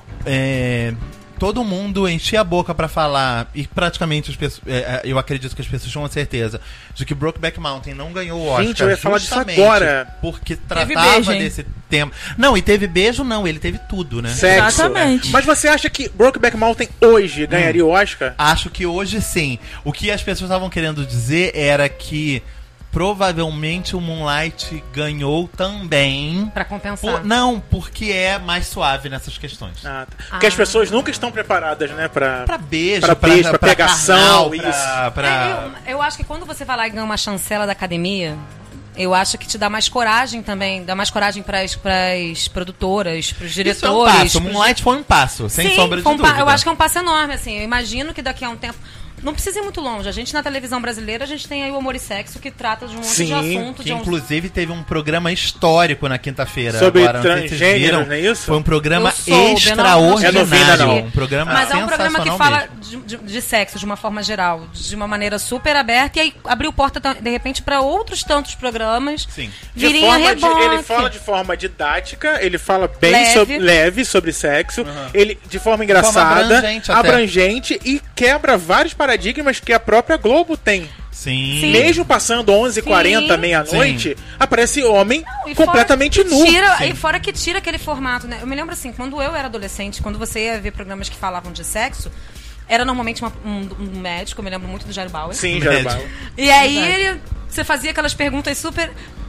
Speaker 2: todo mundo enchia a boca pra falar, e praticamente as pessoas, eu acredito que as pessoas tinham certeza, de que Brokeback Mountain não ganhou o Oscar.
Speaker 1: Gente, eu ia falar disso
Speaker 2: justamente
Speaker 1: agora.
Speaker 2: porque
Speaker 4: Teve
Speaker 2: tratava
Speaker 4: beijo, hein?
Speaker 2: desse tema. Não, e teve beijo não, ele teve tudo, né?
Speaker 1: Sexo.
Speaker 4: Exatamente.
Speaker 1: Mas você acha que Brokeback Mountain hoje ganharia o Oscar?
Speaker 2: Acho que hoje sim. O que as pessoas estavam querendo dizer era que provavelmente o Moonlight ganhou também.
Speaker 3: Pra compensar.
Speaker 2: Não, porque é mais suave nessas questões.
Speaker 1: Ah, tá. Porque as pessoas nunca estão preparadas, né? Pra
Speaker 2: Beijo,
Speaker 1: pra pegação,
Speaker 2: carnal,
Speaker 1: isso.
Speaker 3: Eu acho que quando você vai lá e ganha uma chancela da academia, eu acho que te dá mais coragem também. Dá mais coragem pras produtoras, pros diretores.
Speaker 2: Isso é um passo. O Moonlight foi um passo, sem
Speaker 3: Sim,
Speaker 2: sombra de
Speaker 3: foi
Speaker 2: dúvida.
Speaker 3: eu acho que é um passo enorme, assim. Eu imagino que daqui a um tempo... Não precisa ir muito longe. A gente, na televisão brasileira, a gente tem aí o Amor e Sexo, que trata de um monte de assunto.
Speaker 2: Que inclusive teve um programa histórico na quinta-feira.
Speaker 1: Sobre
Speaker 2: agora, não sei se vocês viram.
Speaker 1: transgêneros, não é isso?
Speaker 2: Foi um programa
Speaker 3: Eu soube,
Speaker 2: extraordinário.
Speaker 1: eu não vi ainda não.
Speaker 2: Um programa
Speaker 3: Mas é um programa que
Speaker 2: sensacional
Speaker 3: fala
Speaker 2: mesmo.
Speaker 3: de sexo de uma forma geral, de uma maneira super aberta, e aí abriu porta, de repente, para outros tantos programas
Speaker 2: Sim.
Speaker 3: virem a reboque.
Speaker 1: Ele fala de forma didática, ele fala bem
Speaker 3: Leve.
Speaker 1: sobre sexo, ele de forma engraçada,
Speaker 2: abrangente
Speaker 1: abrangente e quebra vários paradigmas que a própria Globo tem.
Speaker 2: Sim.
Speaker 3: Sim.
Speaker 1: Mesmo passando 11h40,
Speaker 3: Sim.
Speaker 1: meia-noite, aparece homem
Speaker 3: E
Speaker 1: completamente
Speaker 3: fora que
Speaker 1: nu.
Speaker 3: E fora que tira aquele formato, né? Eu me lembro assim, quando eu era adolescente, quando você ia ver programas que falavam de sexo, era normalmente um médico, eu me lembro muito do Jairo Bauer.
Speaker 1: Sim,
Speaker 2: Médio.
Speaker 1: já
Speaker 3: E aí você fazia aquelas perguntas super...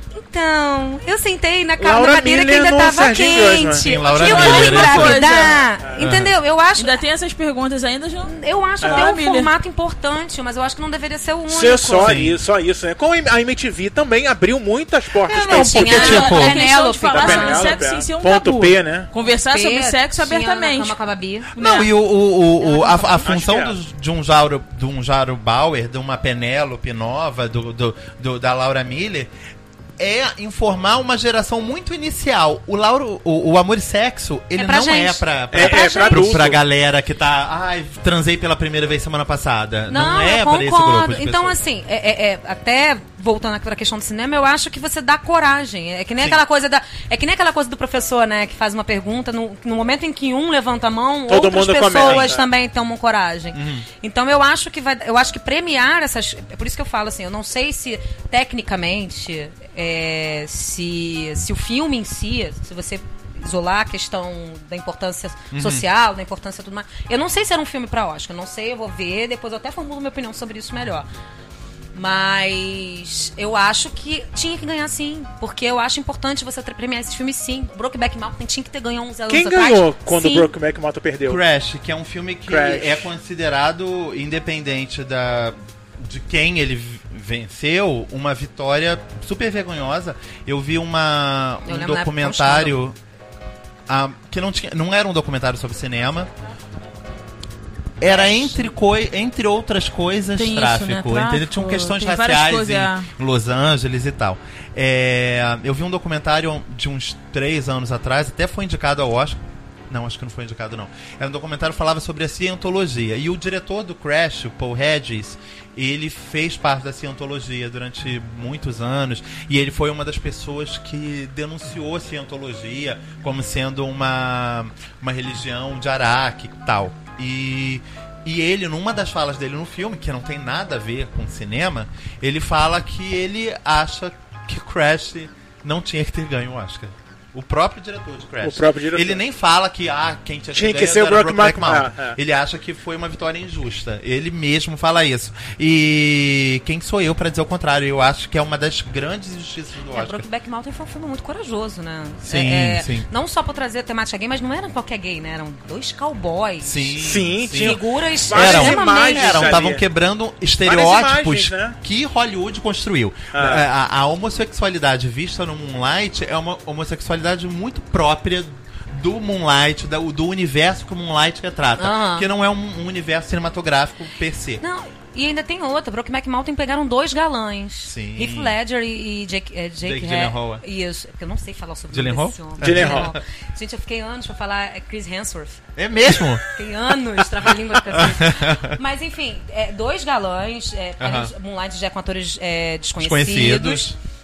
Speaker 3: Então, eu sentei na
Speaker 1: Laura
Speaker 3: cadeira que
Speaker 1: Miller
Speaker 3: ainda
Speaker 1: no
Speaker 3: tava
Speaker 1: Serginho Grossman.
Speaker 3: quente.
Speaker 2: Sim, Laura
Speaker 3: E eu
Speaker 2: Miller,
Speaker 3: vou
Speaker 2: né?
Speaker 3: engravidar. Entendeu? Eu acho...
Speaker 4: Ainda tem essas perguntas ainda, já.
Speaker 3: Eu acho
Speaker 4: Ah.
Speaker 3: até um
Speaker 4: Miller.
Speaker 3: formato importante, mas eu acho que não deveria ser o único.
Speaker 1: Ser só
Speaker 2: Sim.
Speaker 1: isso, só isso, né? Com a MTV também abriu muitas portas
Speaker 2: É,
Speaker 1: pra
Speaker 2: não,
Speaker 1: isso.
Speaker 2: porque,
Speaker 3: Tinha
Speaker 2: tipo,
Speaker 3: a
Speaker 4: a questão de
Speaker 3: Penélope.
Speaker 4: falar
Speaker 1: Da
Speaker 4: sobre
Speaker 1: Penélope,
Speaker 4: sexo sem ser um
Speaker 1: ponto
Speaker 4: tabu.
Speaker 1: P, né?
Speaker 4: Conversar sobre sexo
Speaker 3: Tinha na
Speaker 4: abertamente.
Speaker 3: cama com a Babi.
Speaker 2: Não,
Speaker 4: É.
Speaker 2: e a função
Speaker 1: que é.
Speaker 2: de um Jairo Bauer, de uma Penélope nova, da Laura Miller, é informar uma geração muito inicial. O Amor e Sexo, ele
Speaker 3: pra
Speaker 2: não
Speaker 3: gente.
Speaker 2: é pra
Speaker 1: adulto.
Speaker 2: galera que tá... Ai, transei pela primeira vez semana passada. Não
Speaker 3: eu
Speaker 2: é pra esse
Speaker 3: concordo.
Speaker 2: grupo de
Speaker 3: Então,
Speaker 2: pessoas.
Speaker 3: assim, até voltando aqui pra questão do cinema, eu acho que você dá coragem. É que nem
Speaker 2: Sim.
Speaker 3: aquela coisa do professor, né, que faz uma pergunta, no momento em que um levanta a mão,
Speaker 1: Todo
Speaker 3: outras
Speaker 1: mundo
Speaker 3: pessoas
Speaker 1: começa.
Speaker 3: também tomam coragem. Então eu acho que premiar essas. É por isso que eu falo assim, eu não sei se tecnicamente se o filme em si, se você isolar a questão da importância social, da importância tudo mais. Eu não sei se era um filme pra Oscar, não sei, eu vou ver, depois eu até formulo minha opinião sobre isso melhor. Mas eu acho que tinha que ganhar sim, porque eu acho importante você premiar esses filmes sim. Brokeback Mountain tinha que ter ganho 11 anos
Speaker 1: Quem
Speaker 3: atrás.
Speaker 1: ganhou quando o
Speaker 3: Sim.
Speaker 1: Brokeback Mountain perdeu?
Speaker 2: Crash, que é um filme que
Speaker 1: Crash.
Speaker 2: é considerado, independente de quem ele venceu, uma vitória super vergonhosa. Eu vi
Speaker 3: Eu
Speaker 2: um
Speaker 3: lembro na época,
Speaker 2: documentário que não era um documentário sobre cinema. Era entre outras coisas
Speaker 4: Tem isso,
Speaker 2: tráfico,
Speaker 4: né?
Speaker 2: entendeu?
Speaker 4: Tráfico,
Speaker 2: Tinham questões
Speaker 4: tem várias
Speaker 2: raciais
Speaker 4: coisas,
Speaker 2: em Los Angeles e tal. Eu vi um documentário de uns 3 anos atrás, até foi indicado ao Oscar. Não, acho que não foi indicado, não. Era um documentário que falava sobre a cientologia. E o diretor do Crash, o Paul Hedges, ele fez parte da cientologia durante muitos anos. E ele foi uma das pessoas que denunciou a cientologia como sendo uma religião de Araque e tal. E ele, numa das falas dele no filme, que não tem nada a ver com cinema, ele fala que ele acha que Crash não tinha que ter ganho o Oscar. O próprio diretor de Crash.
Speaker 1: O próprio diretor.
Speaker 2: Ele nem fala que quem tinha
Speaker 1: Tinha
Speaker 2: que
Speaker 1: que
Speaker 2: ganho
Speaker 1: ser o
Speaker 2: era
Speaker 1: Brokeback
Speaker 2: Mountain.
Speaker 1: Mountain.
Speaker 2: Ele acha que foi uma vitória injusta. Ele mesmo fala isso. E quem sou eu pra dizer o contrário? Eu acho que é uma das grandes injustiças do Oscar.
Speaker 3: Brokeback Mountain foi um filme muito corajoso, né?
Speaker 2: Sim, sim.
Speaker 3: Não só por trazer a temática gay, mas não eram qualquer gay, né? Eram 2 cowboys.
Speaker 1: Sim, tinha
Speaker 3: Figuras
Speaker 1: várias
Speaker 3: extremamente...
Speaker 1: imagens.
Speaker 2: Estavam
Speaker 1: ali.
Speaker 2: quebrando estereótipos
Speaker 1: imagens, né?
Speaker 2: que Hollywood construiu. A homossexualidade vista no Moonlight é uma homossexualidade muito própria do Moonlight, do universo que o Moonlight retrata. Que não é um universo cinematográfico per se.
Speaker 3: Não, e ainda tem outra. Brokeback Mountain pegaram 2 galãs.
Speaker 2: Sim.
Speaker 3: Heath Ledger e Jake
Speaker 2: Gyllenhaal.
Speaker 3: Isso, porque eu não sei falar sobre
Speaker 2: Gyllenhaal?
Speaker 3: esse homem.
Speaker 1: Gyllenhaal.
Speaker 3: Gente, eu fiquei anos pra falar Chris Hemsworth.
Speaker 2: É mesmo?
Speaker 3: Fiquei anos, trava-língua com essa. Mas enfim, 2 galãs. Moonlight já é com atores desconhecidos.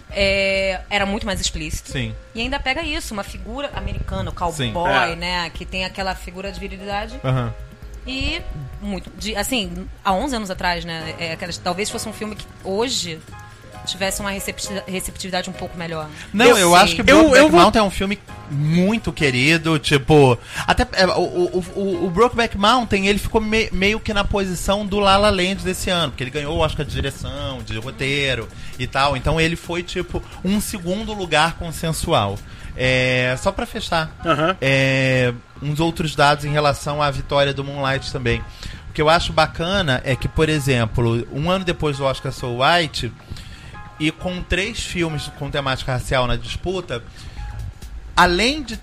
Speaker 3: era muito mais explícito.
Speaker 2: Sim.
Speaker 3: E ainda pega isso, uma figura americana, o cowboy,
Speaker 2: Sim.
Speaker 3: né? Que tem aquela figura de virilidade.
Speaker 2: Aham.
Speaker 3: E muito. Assim, há 11 anos atrás, né? Talvez fosse um filme que hoje tivesse uma receptividade um pouco melhor.
Speaker 2: Não, eu
Speaker 3: sei.
Speaker 2: acho que Brokeback Mountain é um filme muito querido, tipo... Até o Brokeback Mountain, ele ficou meio que na posição do La La Land desse ano, porque ele ganhou o Oscar de direção, de roteiro e tal, então ele foi, tipo, um segundo lugar consensual. Só pra fechar, uns outros dados em relação à vitória do Moonlight também. O que eu acho bacana é que, por exemplo, um ano depois do Oscar So White... E com 3 filmes com temática racial na disputa, além de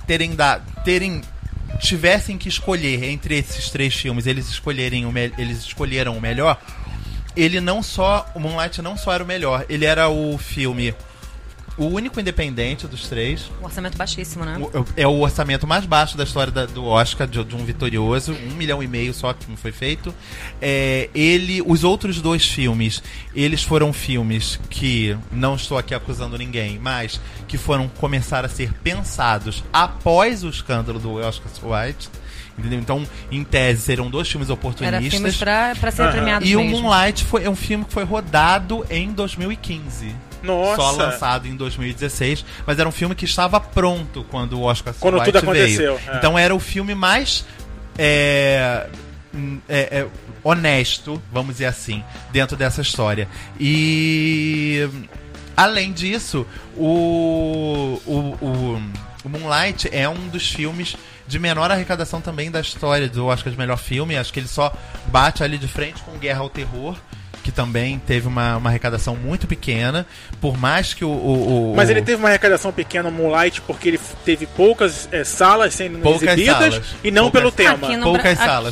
Speaker 2: tivessem que escolher entre esses 3 filmes, eles escolheram o melhor. O Moonlight não só era o melhor, ele era o filme, o único independente dos 3.
Speaker 3: Um orçamento baixíssimo, né?
Speaker 2: É o orçamento mais baixo da história do Oscar, de um vitorioso, 1,5 milhão só que não foi feito. Os outros 2 filmes, eles foram filmes que, não estou aqui acusando ninguém, mas que foram começar a ser pensados após o escândalo do Oscar So White. Entendeu? Então, em tese, serão 2 filmes oportunistas.
Speaker 3: Era filmes pra ser premiados
Speaker 2: e
Speaker 3: mesmo.
Speaker 2: o Moonlight é um filme que foi rodado em 2015.
Speaker 1: Nossa.
Speaker 2: Só lançado em 2016, mas era um filme que estava pronto quando o Oscar So White
Speaker 1: tudo aconteceu.
Speaker 2: veio. Então era o filme mais honesto, vamos dizer assim, dentro dessa história. E além disso, o Moonlight é um dos filmes de menor arrecadação também da história do Oscar de melhor filme. Acho que ele só bate ali de frente com Guerra ao Terror, que também teve uma arrecadação muito pequena, por mais que Mas
Speaker 1: ele teve uma arrecadação pequena no Moonlight porque ele teve poucas salas sendo exibidas e não pelo tema.
Speaker 2: Poucas salas.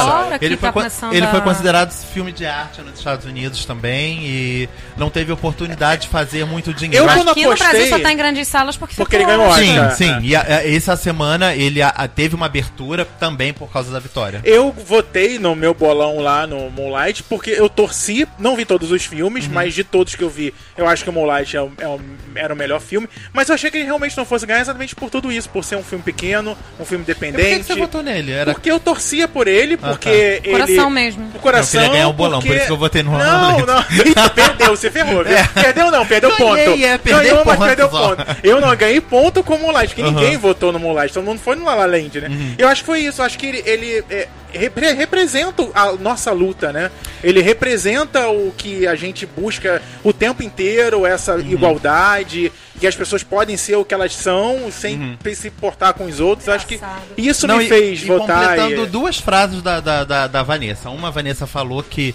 Speaker 2: Ele foi considerado filme de arte nos Estados Unidos também e não teve oportunidade de fazer muito dinheiro.
Speaker 3: Aqui no Brasil só tá em grandes salas porque
Speaker 1: ele ganhou Oscar.
Speaker 2: Sim. E essa semana ele teve uma abertura também por causa da vitória.
Speaker 1: Eu votei no meu bolão lá no Moonlight porque eu torci. Não vi todos os filmes, mas de todos que eu vi, eu acho que o Moonlight era o melhor filme. Mas eu achei que ele realmente não fosse ganhar exatamente por tudo isso, por ser um filme pequeno, um filme independente.
Speaker 2: Por que você votou nele?
Speaker 1: Porque eu torcia por ele, porque ele...
Speaker 3: Coração mesmo.
Speaker 1: O coração.
Speaker 2: Eu queria ganhar o bolão, por isso que eu votei no
Speaker 1: Não. Eita, perdeu, você ferrou. Perdeu ponto. Ganhou, mas perdeu ponto. Eu não ganhei ponto com o Moonlight, porque ninguém votou no Moonlight, todo mundo foi no La La Land, né? Eu acho que foi isso, acho que ele representa a nossa luta, né? Ele representa o que a gente busca o tempo inteiro, essa igualdade, que as pessoas podem ser o que elas são sem se portar com os outros. Acho que isso me fez votar.
Speaker 2: Completando 2 frases da Vanessa. Uma, a Vanessa falou que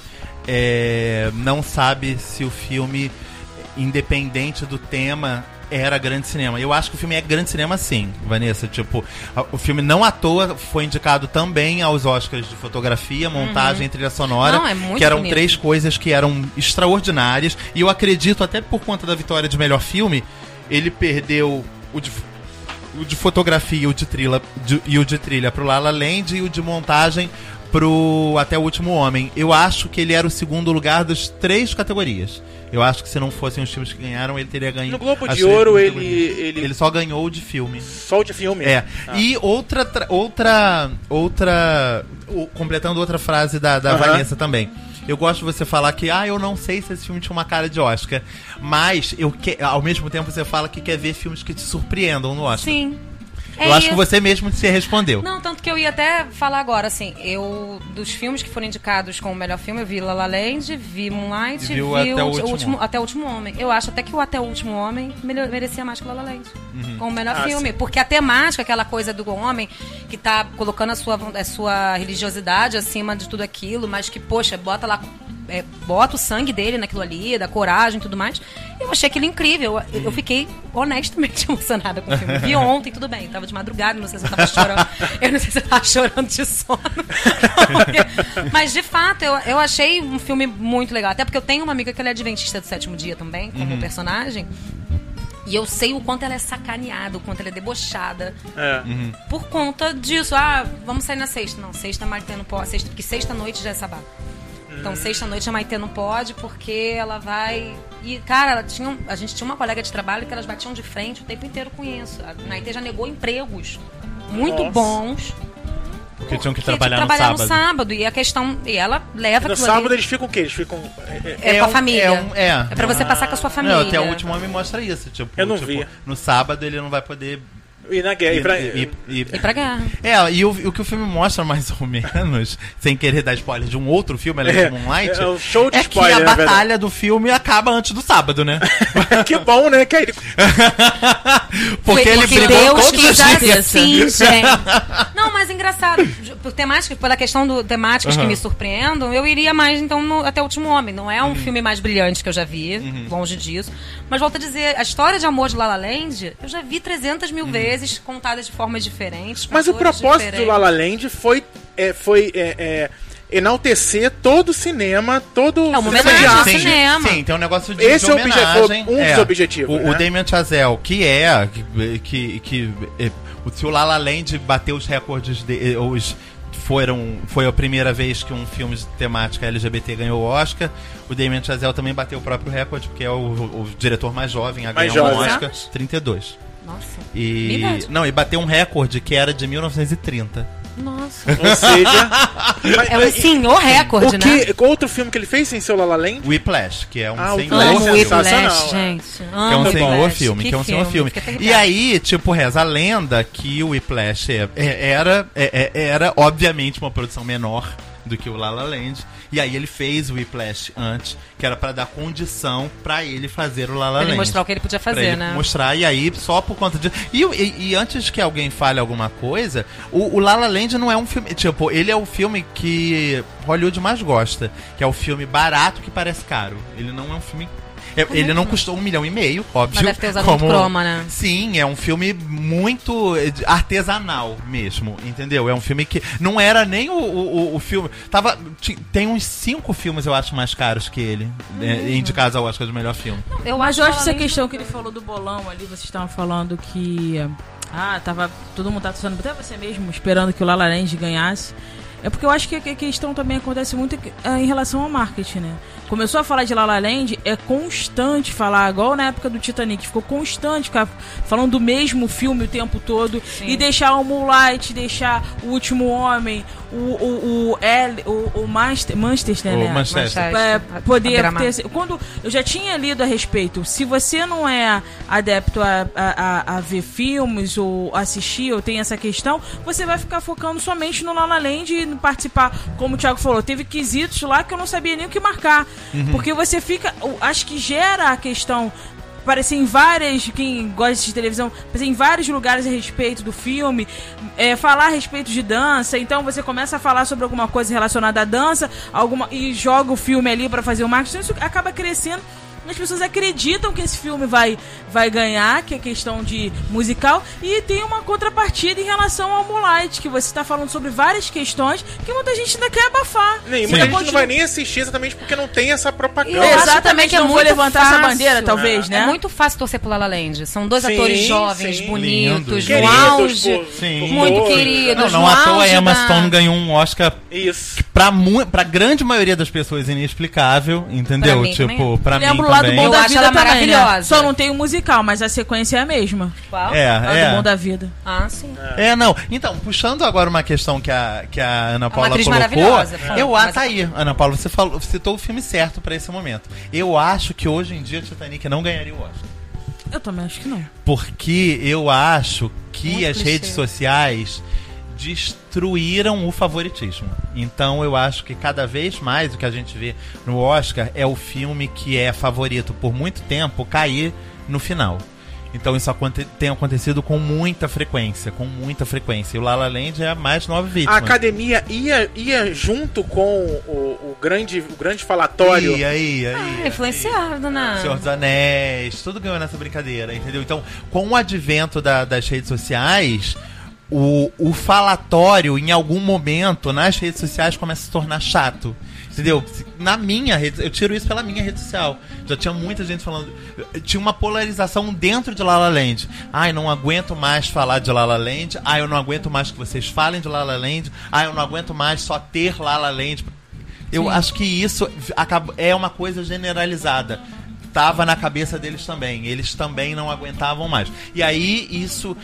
Speaker 2: não sabe se o filme, independente do tema, era grande cinema. Eu acho que o filme é grande cinema sim, Vanessa. Tipo, o filme não à toa foi indicado também aos Oscars de fotografia, montagem e trilha sonora.
Speaker 3: Não, é muito
Speaker 2: que eram
Speaker 3: bonito.
Speaker 2: 3 coisas que eram extraordinárias. E eu acredito, até por conta da vitória de melhor filme, ele perdeu o de fotografia e o de trilha pro La La Land e o de montagem pro Até o Último Homem. Eu acho que ele era o segundo lugar das 3 categorias. Eu acho que se não fossem os filmes que ganharam, ele teria ganho.
Speaker 1: No Globo de Ouro, ele
Speaker 2: só ganhou o de filme.
Speaker 1: Só o de filme?
Speaker 2: E completando outra frase da Vanessa também. Eu gosto de você falar que, eu não sei se esse filme tinha uma cara de Oscar. Mas, ao mesmo tempo, você fala que quer ver filmes que te surpreendam no Oscar.
Speaker 3: Sim.
Speaker 2: Eu acho que você mesmo se respondeu.
Speaker 3: Não, tanto que eu ia até falar agora, assim, dos filmes que foram indicados como melhor filme, eu vi La La Land, vi Moonlight, vi Até o Último Homem. Eu acho até que o Até o Último Homem merecia mais que La La Land, como melhor filme. Sim. Porque a temática, aquela coisa do homem que tá colocando a sua religiosidade acima de tudo aquilo, mas que, poxa, bota o sangue dele naquilo ali, da coragem e tudo mais. Eu achei aquilo incrível. Eu fiquei honestamente emocionada com o filme. Vi ontem, tudo bem. Tava de madrugada, não sei se eu tava chorando. Eu não sei se eu tava chorando de sono. Mas, de fato, eu achei um filme muito legal. Até porque eu tenho uma amiga que ela é adventista do 7º dia também, como personagem. E eu sei o quanto ela é sacaneada, o quanto ela é debochada. Por conta disso. Vamos sair na sexta. Não, sexta marcando sexta, porque sexta-noite já é sábado. Então, sexta-noite a Maitê não pode porque ela vai... E, cara, a gente tinha uma colega de trabalho que elas batiam de frente o tempo inteiro com isso. A Maitê já negou empregos muito bons.
Speaker 2: Porque tinham que
Speaker 3: Tinha
Speaker 2: trabalhar
Speaker 3: no sábado. E a questão... E ela leva...
Speaker 1: No sábado eles ficam o quê? Eles ficam...
Speaker 3: com a família. É pra você passar com a sua família.
Speaker 2: Não, até o último homem mostra isso. Tipo,
Speaker 1: eu não vi.
Speaker 2: No sábado ele não vai poder...
Speaker 1: Ir na guerra.
Speaker 3: E pra guerra.
Speaker 2: E o que o filme mostra, mais ou menos, sem querer dar spoiler de um outro filme, além de Moonlight,
Speaker 1: é um show de spoiler,
Speaker 2: que a batalha do filme acaba antes do sábado, né?
Speaker 1: Que bom, né? Que ele...
Speaker 2: Porque ele brigou
Speaker 3: Deus
Speaker 2: todos os dias.
Speaker 3: Assim, gente. Não, mas engraçado. Pela questão do temáticas que me surpreendam, eu iria mais, então, até o Último Homem. Não é um filme mais brilhante que eu já vi, longe disso. Mas volto a dizer, a história de amor de La La Land, eu já vi 300 mil vezes, contadas de formas diferentes.
Speaker 1: Mas o propósito do La La Land foi enaltecer todo o cinema, todo
Speaker 3: o homenagem ao cinema.
Speaker 2: Sim, tem um negócio de
Speaker 1: esse
Speaker 2: homenagem.
Speaker 1: Foi um dos objetivos.
Speaker 2: O Damien Chazelle, se o La La Land bateu os recordes foi a primeira vez que um filme de temática LGBT ganhou o Oscar. O Damien Chazelle também bateu o próprio recorde, porque é o diretor mais jovem a ganhar um Oscar. 32.
Speaker 3: Nossa.
Speaker 2: E bateu um recorde que era de 1930.
Speaker 3: Nossa.
Speaker 1: Ou seja...
Speaker 3: é um senhor recorde, né?
Speaker 1: Outro filme que ele fez sem ser o La La Land?
Speaker 2: Whiplash, que é um
Speaker 3: senhor filme. Whiplash, gente.
Speaker 2: Que é um senhor filme. Que é um senhor filme. E aí, tipo, reza a lenda que o Whiplash era obviamente uma produção menor do que o La La Land. E aí ele fez o Whiplash antes, que era pra dar condição pra ele fazer o La La Land.
Speaker 3: Ele mostrar o que ele podia fazer, né?
Speaker 2: Mostrar, e aí só por conta disso. E antes que alguém fale alguma coisa, o La La Land não é um filme... Tipo, ele é o filme que Hollywood mais gosta, que é o filme barato que parece caro. Ele não é um filme... Ele não custou 1,5 milhão, óbvio.
Speaker 3: Mas deve ter usado muito croma, né?
Speaker 2: Sim, é um filme muito artesanal mesmo, entendeu? É um filme que não era nem o filme... Tem uns 5 filmes, eu acho, mais caros que ele, indicados ao Oscar de melhor filme.
Speaker 4: Eu acho essa questão que ele falou do bolão ali, vocês estavam falando que... todo mundo tá torcendo, até você mesmo, esperando que o La La Land ganhasse. É porque eu acho que a questão também acontece muito em relação ao marketing, né? Começou a falar de La La Land, é constante falar, igual na época do Titanic, ficou constante ficar falando do mesmo filme o tempo todo. Sim. E deixar o Moonlight, deixar o Último Homem, o Manchester, né? Poder ter... Quando eu já tinha lido a respeito, se você não é adepto a ver filmes ou assistir, ou tem essa questão, você vai ficar focando somente no La La Land e participar, como o Thiago falou, teve quesitos lá que eu não sabia nem o que marcar. Porque você fica... Acho que gera a questão... Aparecer em várias... Quem gosta de assistir televisão... Aparecer em vários lugares a respeito do filme. Falar a respeito de dança. Então você começa a falar sobre alguma coisa relacionada à dança. E joga o filme ali pra fazer o marketing. Isso acaba crescendo. As pessoas acreditam que esse filme vai ganhar, que é questão de musical, e tem uma contrapartida em relação ao Moonlight, que você está falando sobre várias questões que muita gente ainda quer abafar.
Speaker 1: Muita gente não vai nem assistir exatamente porque não tem essa propaganda.
Speaker 4: Exatamente, que não vou levantar essa bandeira, talvez, né?
Speaker 3: É muito fácil torcer pro La La Land. São dois atores jovens, bonitos,
Speaker 1: no
Speaker 3: auge, muito queridos.
Speaker 2: Não à toa Emma Stone ganhou um Oscar.
Speaker 1: Isso.
Speaker 2: Pra grande maioria das pessoas inexplicável, entendeu? Pra mim também.
Speaker 4: Do Bom da Vida
Speaker 3: ela
Speaker 4: também,
Speaker 3: maravilhosa.
Speaker 4: Né? Só não tem o musical, mas a sequência é a mesma.
Speaker 3: Qual?
Speaker 4: Do Bom da Vida.
Speaker 3: Sim.
Speaker 2: Não. Então, puxando agora uma questão que a Ana Paula colocou.
Speaker 3: Maravilhosa.
Speaker 2: Tá aí, Ana Paula, você citou o filme certo pra esse momento. Eu acho que hoje em dia Titanic não ganharia o Oscar.
Speaker 4: Eu também acho que não.
Speaker 2: Porque eu acho que as redes sociais destruíram o favoritismo. Então eu acho que cada vez mais o que a gente vê no Oscar é o filme que é favorito por muito tempo cair no final. Então isso tem acontecido com muita frequência. E o La La Land é a mais nova vítima.
Speaker 1: A academia ia junto com o grande falatório.
Speaker 3: Influenciado, né?
Speaker 2: Senhor dos Anéis, tudo ganhou nessa brincadeira, entendeu? Então, com o advento das redes sociais, o falatório, em algum momento, nas redes sociais começa a se tornar chato. Entendeu? Na minha rede... Eu tiro isso pela minha rede social. Já tinha muita gente falando... Tinha uma polarização dentro de La La Land. Ai, não aguento mais falar de La La Land. Ai, eu não aguento mais que vocês falem de La La Land. Ai, eu não aguento mais só ter La La Land. Eu acho que isso é uma coisa generalizada. Tava na cabeça deles também. Eles também não aguentavam mais. E aí, isso,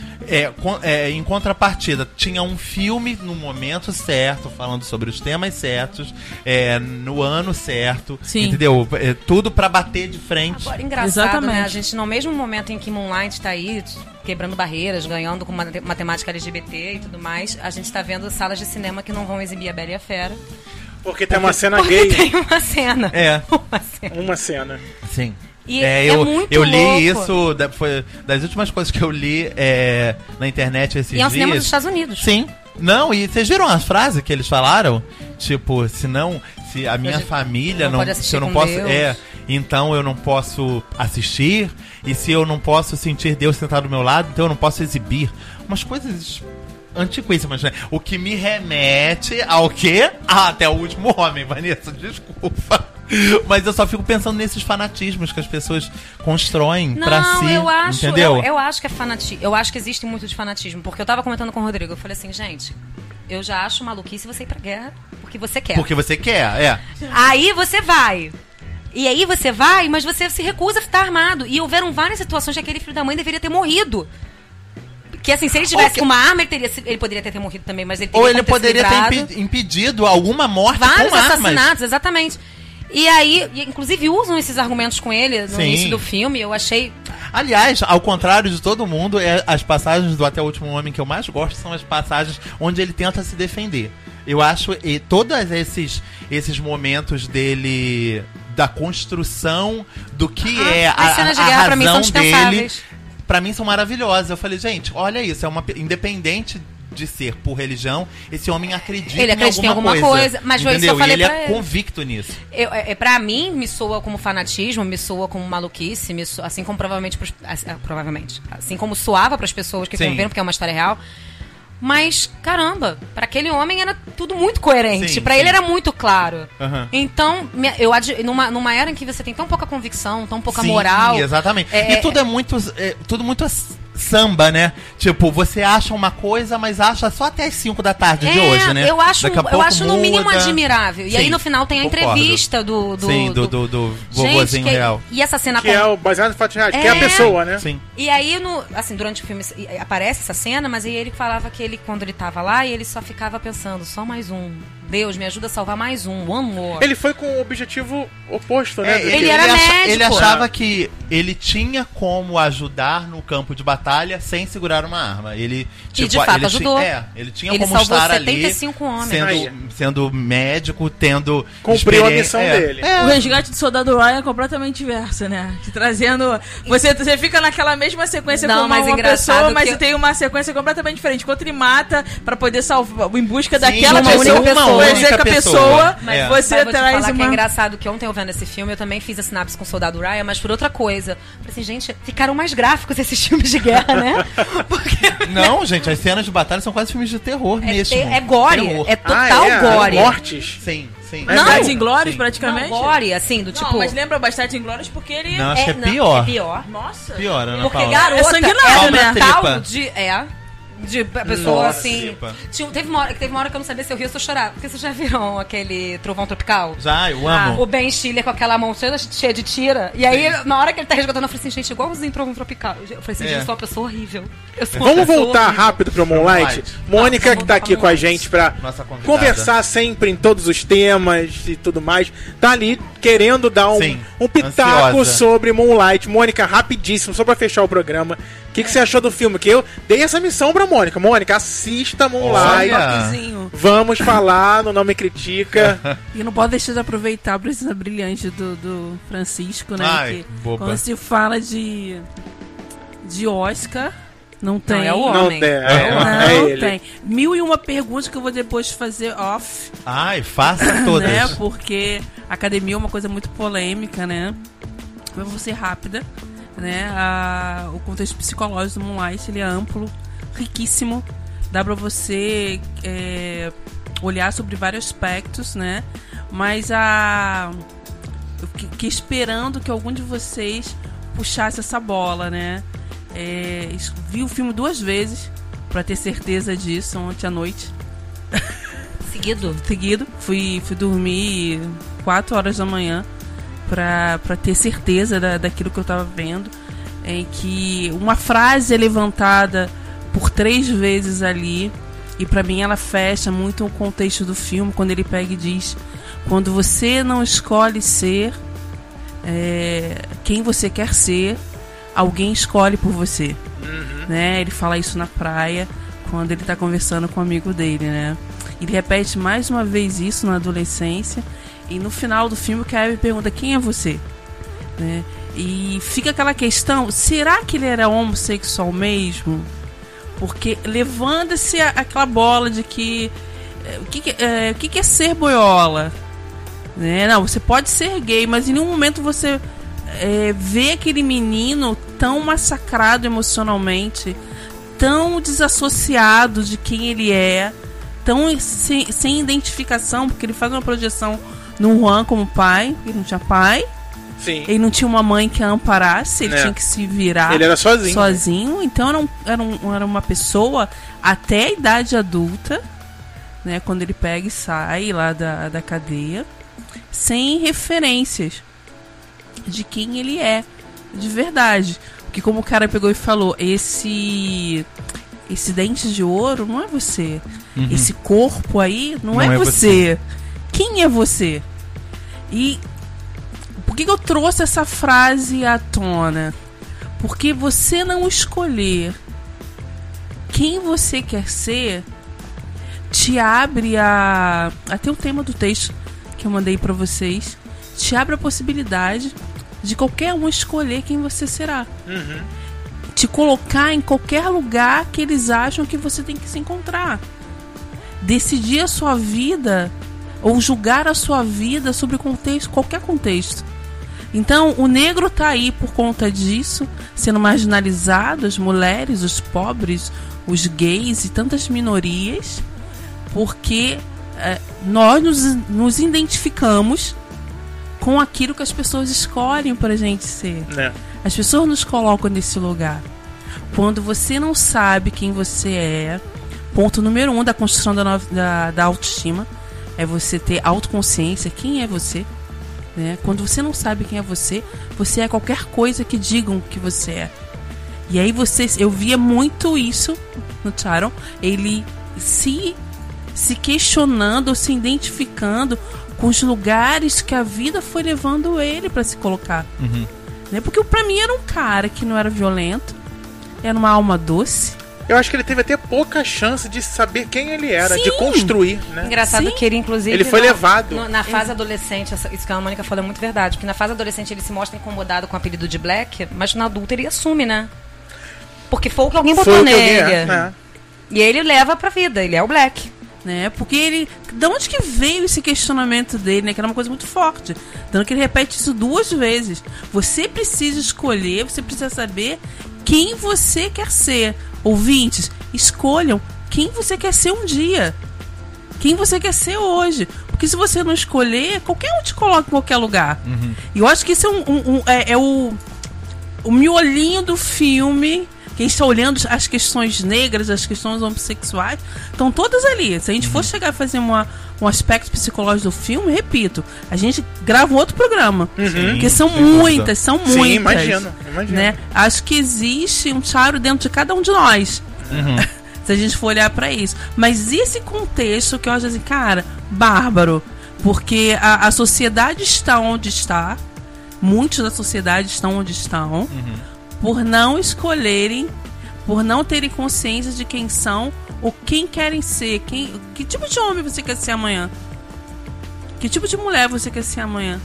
Speaker 2: em contrapartida, tinha um filme no momento certo, falando sobre os temas certos, no ano certo,
Speaker 4: Sim.
Speaker 2: entendeu? Tudo pra bater de frente.
Speaker 3: Agora, engraçado,
Speaker 4: Exatamente.
Speaker 3: né? A gente, no mesmo momento em que Moonlight tá aí, quebrando barreiras, ganhando com uma temática LGBT e tudo mais, a gente tá vendo salas de cinema que não vão exibir a Bela e a Fera.
Speaker 1: Porque tem uma cena
Speaker 3: Porque
Speaker 1: gay.
Speaker 3: tem uma cena. Uma cena.
Speaker 1: Uma cena.
Speaker 2: Sim.
Speaker 3: E
Speaker 2: eu li
Speaker 3: louco.
Speaker 2: isso, foi das últimas coisas que eu li na internet esses
Speaker 3: E é um cinema dos
Speaker 2: dias.
Speaker 3: Estados Unidos.
Speaker 2: Sim. Não, e vocês viram as frases que eles falaram? Tipo, se a minha família
Speaker 3: não pode assistir
Speaker 2: se eu não
Speaker 3: com
Speaker 2: posso,
Speaker 3: Deus.
Speaker 2: então eu não posso assistir, e se eu não posso sentir Deus sentado do meu lado, então eu não posso exibir. Umas coisas antiquíssimas, né? O que me remete ao quê? Até o Último Homem, Vanessa, desculpa. Mas eu só fico pensando nesses fanatismos que as pessoas constroem pra si, entendeu?
Speaker 3: Eu acho que é fanatismo. Eu acho que existe muito de fanatismo. Porque eu tava comentando com o Rodrigo, eu falei assim, gente, eu já acho maluquice você ir pra guerra porque você quer.
Speaker 2: Porque você quer,
Speaker 3: Aí você vai. E aí você vai, mas você se recusa a estar armado. E houveram várias situações que aquele filho da mãe deveria ter morrido. Que assim, se ele tivesse uma arma, ele poderia ter morrido também, mas ele teria
Speaker 2: ou ele poderia ter impedido alguma morte
Speaker 3: vários
Speaker 2: com armas.
Speaker 3: assassinatos, exatamente. E aí, inclusive usam esses argumentos com ele no
Speaker 2: Sim.
Speaker 3: início do filme, eu achei...
Speaker 2: Aliás, ao contrário de todo mundo, as passagens do Até o Último Homem que eu mais gosto são as passagens onde ele tenta se defender. Eu acho todos esses momentos dele, da construção do que
Speaker 3: as cenas de guerra, pra mim, são
Speaker 2: razão dele,
Speaker 3: dispensáveis.
Speaker 2: pra mim são maravilhosas. Eu falei, gente, olha isso, independente de ser por religião, esse homem acredita,
Speaker 3: em alguma coisa. Mas foi isso que eu falei
Speaker 2: ele
Speaker 3: pra
Speaker 2: é
Speaker 3: ele.
Speaker 2: convicto nisso.
Speaker 3: Pra mim, me soa como fanatismo, me soa como maluquice, assim como assim como soava pras pessoas que
Speaker 2: Sim.
Speaker 3: conviveram, porque é uma história real. Mas, caramba, pra aquele homem era tudo muito coerente.
Speaker 2: Sim,
Speaker 3: Pra
Speaker 2: sim.
Speaker 3: ele era muito claro.
Speaker 2: Uhum.
Speaker 3: Então, numa era em que você tem tão pouca convicção, tão pouca
Speaker 2: Sim,
Speaker 3: moral...
Speaker 2: exatamente. E tudo é muito samba, né? Tipo, você acha uma coisa, mas acha só até as 5 da tarde de hoje, né?
Speaker 3: Eu acho no mínimo
Speaker 2: muda.
Speaker 3: admirável. E
Speaker 2: Sim,
Speaker 3: aí no final tem a
Speaker 2: concordo.
Speaker 3: entrevista do
Speaker 2: vovozinho real.
Speaker 3: E essa cena
Speaker 1: Que é o baseado em fatos reais, que é a pessoa, né?
Speaker 2: Sim.
Speaker 3: E aí, durante o filme, aparece essa cena, mas aí ele falava que quando ele tava lá, ele só ficava pensando, só mais um. Deus, me ajuda a salvar mais um, one more.
Speaker 1: Ele foi com o objetivo oposto, né?
Speaker 3: Ele era médico.
Speaker 2: Ele achava que ele tinha como ajudar no campo de batalha sem segurar uma arma. Ele,
Speaker 3: E de fato ajudou.
Speaker 2: Ele tinha
Speaker 3: Ele
Speaker 2: como
Speaker 3: salvou
Speaker 2: estar
Speaker 3: 75
Speaker 2: ali
Speaker 3: homens.
Speaker 2: sendo médico, tendo
Speaker 1: Cumpriu a
Speaker 2: experiência.
Speaker 1: missão dele.
Speaker 4: O resgate do soldado Ryan é completamente diverso, né? Te trazendo. Você fica naquela mesma sequência
Speaker 3: Não,
Speaker 4: com
Speaker 3: mas
Speaker 4: uma
Speaker 3: engraçado
Speaker 4: pessoa, mas
Speaker 3: que-
Speaker 4: tem uma sequência completamente diferente. Enquanto ele mata pra poder salvar, em busca
Speaker 2: Sim,
Speaker 4: daquela
Speaker 2: uma
Speaker 4: pessoa,
Speaker 2: única
Speaker 4: única pessoa,
Speaker 2: É.
Speaker 3: Mas
Speaker 4: você
Speaker 3: vou te
Speaker 4: traz
Speaker 3: falar que é
Speaker 4: uma.
Speaker 3: engraçado que ontem eu vendo esse filme, eu também fiz a sinapse com o Soldado Ryan, mas por outra coisa. Falei assim, gente, ficaram mais gráficos esses filmes de guerra, né? Porque
Speaker 2: Não, gente, as cenas de batalha são quase filmes de terror mesmo.
Speaker 3: é gore,
Speaker 2: Terror.
Speaker 3: é total gore.
Speaker 1: Mortes.
Speaker 2: Sim, sim.
Speaker 3: Não.
Speaker 4: Bastardos Inglórios,
Speaker 2: Sim.
Speaker 4: praticamente.
Speaker 3: Não, gore, assim, do
Speaker 4: Não,
Speaker 3: tipo...
Speaker 4: mas lembra Bastardos Inglórios porque ele.
Speaker 2: Não, acho que é
Speaker 3: não,
Speaker 2: pior.
Speaker 3: É pior.
Speaker 4: Nossa.
Speaker 2: Pior, Ana
Speaker 3: Porque
Speaker 2: Paula.
Speaker 3: garota
Speaker 4: É sanguinário,
Speaker 3: um
Speaker 4: né?
Speaker 3: tal
Speaker 2: Tripa.
Speaker 3: de a pessoa
Speaker 2: Nossa,
Speaker 3: assim.
Speaker 2: tripa.
Speaker 3: Teve uma hora que eu não sabia se eu ria ou se eu chorava. Porque vocês já viram aquele Trovão Tropical?
Speaker 2: Já, eu amo.
Speaker 3: O Ben Stiller com aquela mão cheia de tira. E aí, na hora que ele tá resgatando, eu falei assim, gente, igualzinho Trovão Tropical. Eu falei assim, gente, eu sou uma pessoa horrível. Eu sou uma
Speaker 1: Vamos
Speaker 3: pessoa
Speaker 1: voltar
Speaker 3: horrível.
Speaker 1: rápido pro Moonlight. Mônica,
Speaker 3: Vamos
Speaker 1: que tá aqui
Speaker 3: voltar
Speaker 1: com a
Speaker 3: pro
Speaker 1: gente pra
Speaker 2: Nossa convidada.
Speaker 1: conversar sempre em todos os temas e tudo mais, tá ali querendo dar
Speaker 2: Sim,
Speaker 1: um pitaco
Speaker 2: ansiosa.
Speaker 1: sobre Moonlight. Mônica, rapidíssimo, só pra fechar o programa. O que você achou do filme? Que eu dei essa missão pra Mônica. Mônica, assista Moonlight.
Speaker 2: Olha.
Speaker 5: Toquezinho.
Speaker 1: Vamos falar no Não Me Critica.
Speaker 5: E não pode deixar de aproveitar a presença brilhante do Francisco, né?
Speaker 2: Ai,
Speaker 5: que
Speaker 2: boba.
Speaker 5: quando se fala de Oscar, não tem.
Speaker 3: é o
Speaker 1: Não
Speaker 3: homem.
Speaker 1: tem,
Speaker 5: Não
Speaker 1: é ele.
Speaker 5: tem. 1001 perguntas que eu vou depois fazer off,
Speaker 2: Ai, faça todas.
Speaker 5: né? Porque a academia é uma coisa muito polêmica, né? Mas vou ser rápida, né? O contexto psicológico do Moonlight, ele é amplo, riquíssimo. Dá pra você olhar sobre vários aspectos, né? Mas eu fiquei esperando que algum de vocês puxasse essa bola, né? Vi o filme 2 vezes pra ter certeza disso ontem à noite.
Speaker 3: Seguido.
Speaker 5: Fui dormir 4 horas da manhã pra ter certeza daquilo que eu tava vendo. Em que uma frase é levantada por 3 vezes ali. E pra mim ela fecha muito o contexto do filme, quando ele pega e diz: quando você não escolhe ser quem você quer ser, alguém escolhe por você. Né? Ele fala isso na praia, quando ele tá conversando com um amigo dele, né? Ele repete mais uma vez isso na adolescência. E no final do filme o Kevin pergunta: quem é você? Né? E fica aquela questão: será que ele era homossexual mesmo? Porque levanta-se aquela bola de que o que é ser boiola? Né? Não, você pode ser gay, mas em nenhum momento você vê aquele menino tão massacrado emocionalmente, tão desassociado de quem ele é, tão sem identificação, porque ele faz uma projeção no Juan como pai. Ele não tinha pai.
Speaker 1: Sim.
Speaker 5: Ele não tinha uma mãe que a amparasse, ele tinha que se virar.
Speaker 1: Ele era sozinho.
Speaker 5: Então era uma pessoa até a idade adulta, né, quando ele pega e sai lá da cadeia, sem referências de quem ele é de verdade. Porque como o cara pegou e falou, esse dente de ouro não é você. Esse corpo aí não é você. Quem é você? E por que eu trouxe essa frase à tona? Porque você não escolher quem você quer ser te abre até o tema do texto que eu mandei pra vocês, te abre a possibilidade de qualquer um escolher quem você será. Te colocar em qualquer lugar que eles acham que você tem que se encontrar. Decidir a sua vida ou julgar a sua vida sobre contexto, qualquer contexto. Então, o negro tá aí por conta disso, sendo marginalizado, as mulheres, os pobres, os gays e tantas minorias, porque nós nos identificamos com aquilo que as pessoas escolhem pra gente ser. As pessoas nos colocam nesse lugar. Quando você não sabe quem você é, ponto número 1 da construção da autoestima é você ter autoconsciência. Quem é você? Né? Quando você não sabe quem é você é qualquer coisa que digam que você é. E aí eu via muito isso no Charon, ele se questionando, se identificando com os lugares que a vida foi levando ele pra se colocar. Né? Porque pra mim era um cara que não era violento, era uma alma doce.
Speaker 1: Eu acho que ele teve até pouca chance de saber quem ele era, de construir, né?
Speaker 3: Engraçado que ele, inclusive...
Speaker 1: Ele foi levado.
Speaker 3: Na fase adolescente, isso que a Mônica falou é muito verdade, porque na fase adolescente ele se mostra incomodado com o apelido de Black, mas na adulta ele assume, né? Porque foi o que alguém botou nele. E ele leva pra vida, ele é o Black.
Speaker 5: Né? Porque ele... De onde que veio esse questionamento dele, né? Que era uma coisa muito forte. Tanto que ele repete isso 2 vezes. Você precisa escolher, você precisa saber quem você quer ser. Ouvintes, escolham quem você quer ser um dia. Quem você quer ser hoje. Porque se você não escolher, qualquer um te coloca em qualquer lugar. E eu acho que isso é o miolinho do filme. Quem está olhando as questões negras, as questões homossexuais, estão todas ali. Se a gente for chegar a fazer um aspecto psicológico do filme, repito, a gente grava um outro programa. Porque são muitas.
Speaker 1: Sim, imagino.
Speaker 5: Né? Acho que existe um Charon dentro de cada um de nós. Se a gente for olhar para isso. Mas esse contexto que eu acho assim, cara, bárbaro. Porque a sociedade está onde está. Muitos da sociedade estão onde estão. Por não escolherem, por não terem consciência de quem são ou quem querem ser. Que tipo de homem você quer ser amanhã? Que tipo de mulher você quer ser amanhã?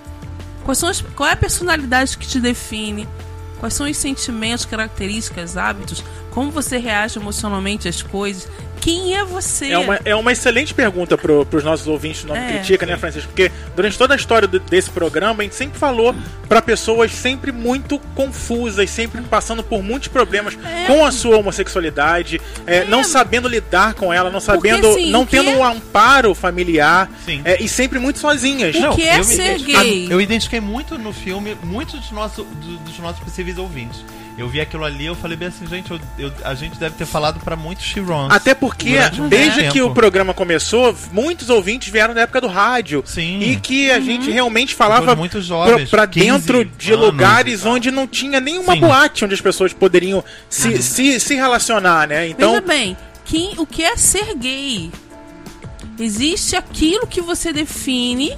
Speaker 5: Qual é a personalidade que te define? Quais são os sentimentos, características, hábitos? Como você reage emocionalmente às coisas? Quem é você?
Speaker 1: É uma excelente pergunta para os nossos ouvintes do Não Me Critica, né, Francisco? Porque durante toda a história desse programa, a gente sempre falou para pessoas sempre muito confusas, sempre passando por muitos problemas com a sua homossexualidade, não sabendo lidar com ela, não sabendo, porque, assim, não tendo um amparo familiar, e sempre muito sozinhas.
Speaker 5: O que ser gay?
Speaker 2: Eu identifiquei muito no filme muitos dos nossos possíveis ouvintes. Eu vi aquilo ali, eu falei bem assim, gente, a gente deve ter falado pra muitos Chirons.
Speaker 1: Até porque, desde que o programa começou, muitos ouvintes vieram da época do rádio.
Speaker 2: Sim.
Speaker 1: E que a gente realmente falava
Speaker 2: muito jovens,
Speaker 1: pra dentro de
Speaker 2: anos,
Speaker 1: lugares onde não tinha nenhuma boate onde as pessoas poderiam se relacionar, né? Então,
Speaker 5: veja bem, o que é ser gay? Existe aquilo que você define,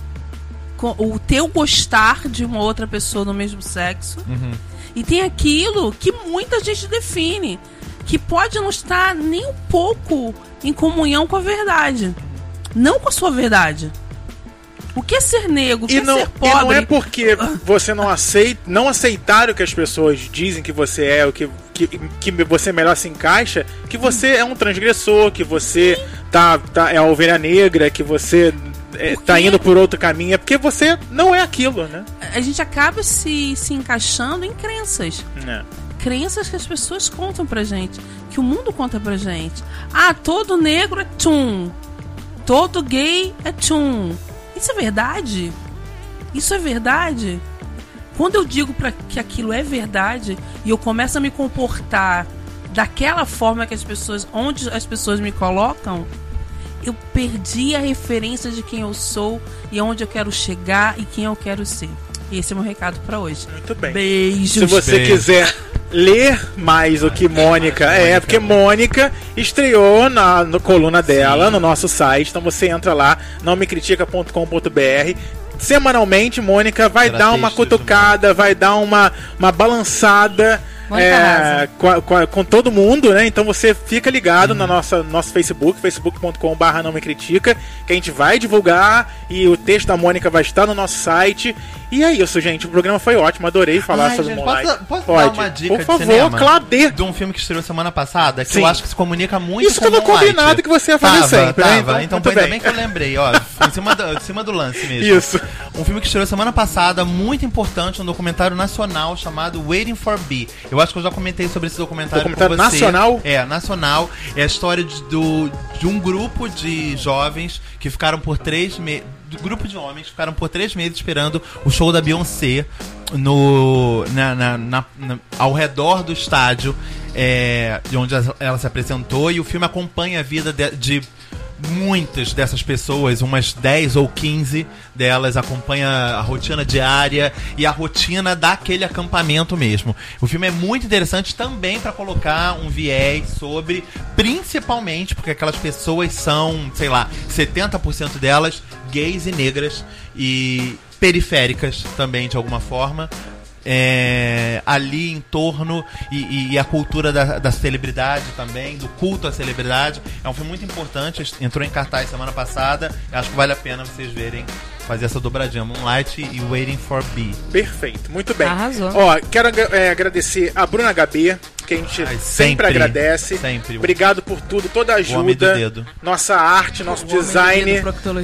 Speaker 5: o teu gostar de uma outra pessoa do mesmo sexo. E tem aquilo que muita gente define, que pode não estar nem um pouco em comunhão com a verdade. Não com a sua verdade. O que é ser negro? O que é ser pobre?
Speaker 1: E não é porque você não aceitar o que as pessoas dizem que você é, o que você melhor se encaixa, que você é um transgressor, que você é a ovelha negra, que você tá indo por outro caminho. É porque você não é aquilo, né?
Speaker 5: A gente acaba se encaixando em crenças. Crenças que as pessoas contam pra gente, que o mundo conta pra gente. Todo negro é tchum. Todo gay é tchum. Isso é verdade? Isso é verdade? Quando eu digo que aquilo é verdade e eu começo a me comportar daquela forma que onde as pessoas me colocam, eu perdi a referência de quem eu sou e aonde eu quero chegar e quem eu quero ser. Esse é o meu recado pra hoje.
Speaker 1: Muito bem.
Speaker 5: Beijos.
Speaker 1: Se você quiser ler mais o que Mônica porque Mônica estreou na coluna dela, no nosso site. Então você entra lá, nomecritica.com.br. Semanalmente, Mônica vai dar uma cutucada, vai dar uma balançada com todo mundo, né? Então você fica ligado no nosso Facebook, facebook.com/nomecritica, que a gente vai divulgar e o texto da Mônica vai estar no nosso site. E é isso, gente. O programa foi ótimo, adorei falar sobre Moonlight.
Speaker 2: Posso dar uma dica
Speaker 1: por favor,
Speaker 2: de cinema?
Speaker 1: Claro.
Speaker 2: De um filme que estreou semana passada, que eu acho que se comunica muito
Speaker 1: isso
Speaker 2: com
Speaker 1: tava
Speaker 2: Moonlight.
Speaker 1: combinado que você ia fazer sempre, né?
Speaker 2: Então ainda bem que eu lembrei, ó, em cima do lance mesmo.
Speaker 1: Isso.
Speaker 2: Um filme que estreou semana passada, muito importante, um documentário nacional chamado Waiting for B. Eu acho que eu já comentei sobre esse documentário com você.
Speaker 1: Nacional?
Speaker 2: Nacional. É a história de um grupo de jovens que ficaram por 3 meses. Grupo de homens que ficaram por 3 meses esperando o show da Beyoncé ao redor do estádio de onde ela se apresentou, e o filme acompanha a vida de muitas dessas pessoas, umas 10 ou 15 delas, acompanha a rotina diária e a rotina daquele acampamento mesmo. O filme é muito interessante também para colocar um viés sobre, principalmente porque aquelas pessoas são, sei lá, 70% delas gays e negras e periféricas também, de alguma forma. Ali em torno e a cultura da celebridade também, do culto à celebridade. É um filme muito importante, entrou em cartaz semana passada. Acho que vale a pena vocês verem, fazer essa dobradinha, Moonlight e Waiting for B.
Speaker 1: Perfeito, muito bem.
Speaker 3: Arrasou.
Speaker 1: Quero agradecer a Bruna HB, que a gente sempre agradece.
Speaker 2: Sempre.
Speaker 1: Obrigado por tudo, toda a ajuda.
Speaker 2: O homem do dedo.
Speaker 1: Nossa arte, nosso design.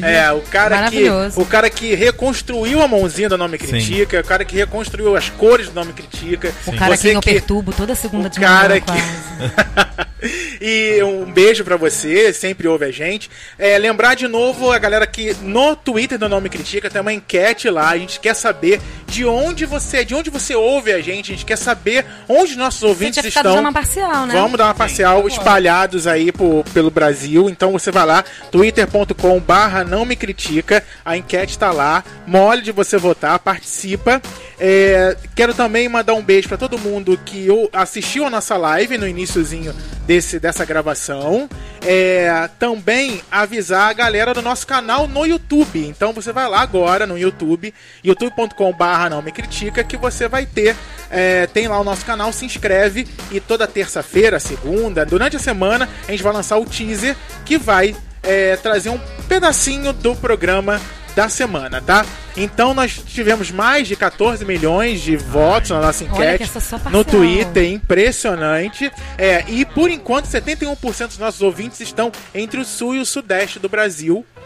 Speaker 1: O cara que reconstruiu a mãozinha do Nome Critica, o cara que reconstruiu as cores do Nome Critica.
Speaker 3: O cara que eu perturbo toda segunda de manhã, quase.
Speaker 1: E um beijo pra você, sempre ouve a gente. Lembrar de novo a galera que no Twitter do Nome Critica tem uma enquete lá. A gente quer saber de onde você ouve a gente quer saber onde nossos ouvintes estão.
Speaker 3: Dando uma parcial, né?
Speaker 1: Vamos dar uma parcial, espalhados aí pelo Brasil. Então você vai lá, twitter.com/nomecritica. A enquete tá lá, mole de você votar, participa. Quero também mandar um beijo pra todo mundo que assistiu a nossa live no iniciozinho dessa gravação. Também avisar a galera do nosso canal no YouTube. Então você vai lá agora no YouTube, youtube.com/nomecritica, que você vai ter, tem lá o nosso canal, se inscreve, e toda terça-feira, segunda, durante a semana, a gente vai lançar o teaser que vai trazer um pedacinho do programa da semana, tá? Então nós tivemos mais de 14 milhões de votos na nossa enquete no Twitter, impressionante. E por enquanto 71% dos nossos ouvintes estão entre o sul e o sudeste do Brasil.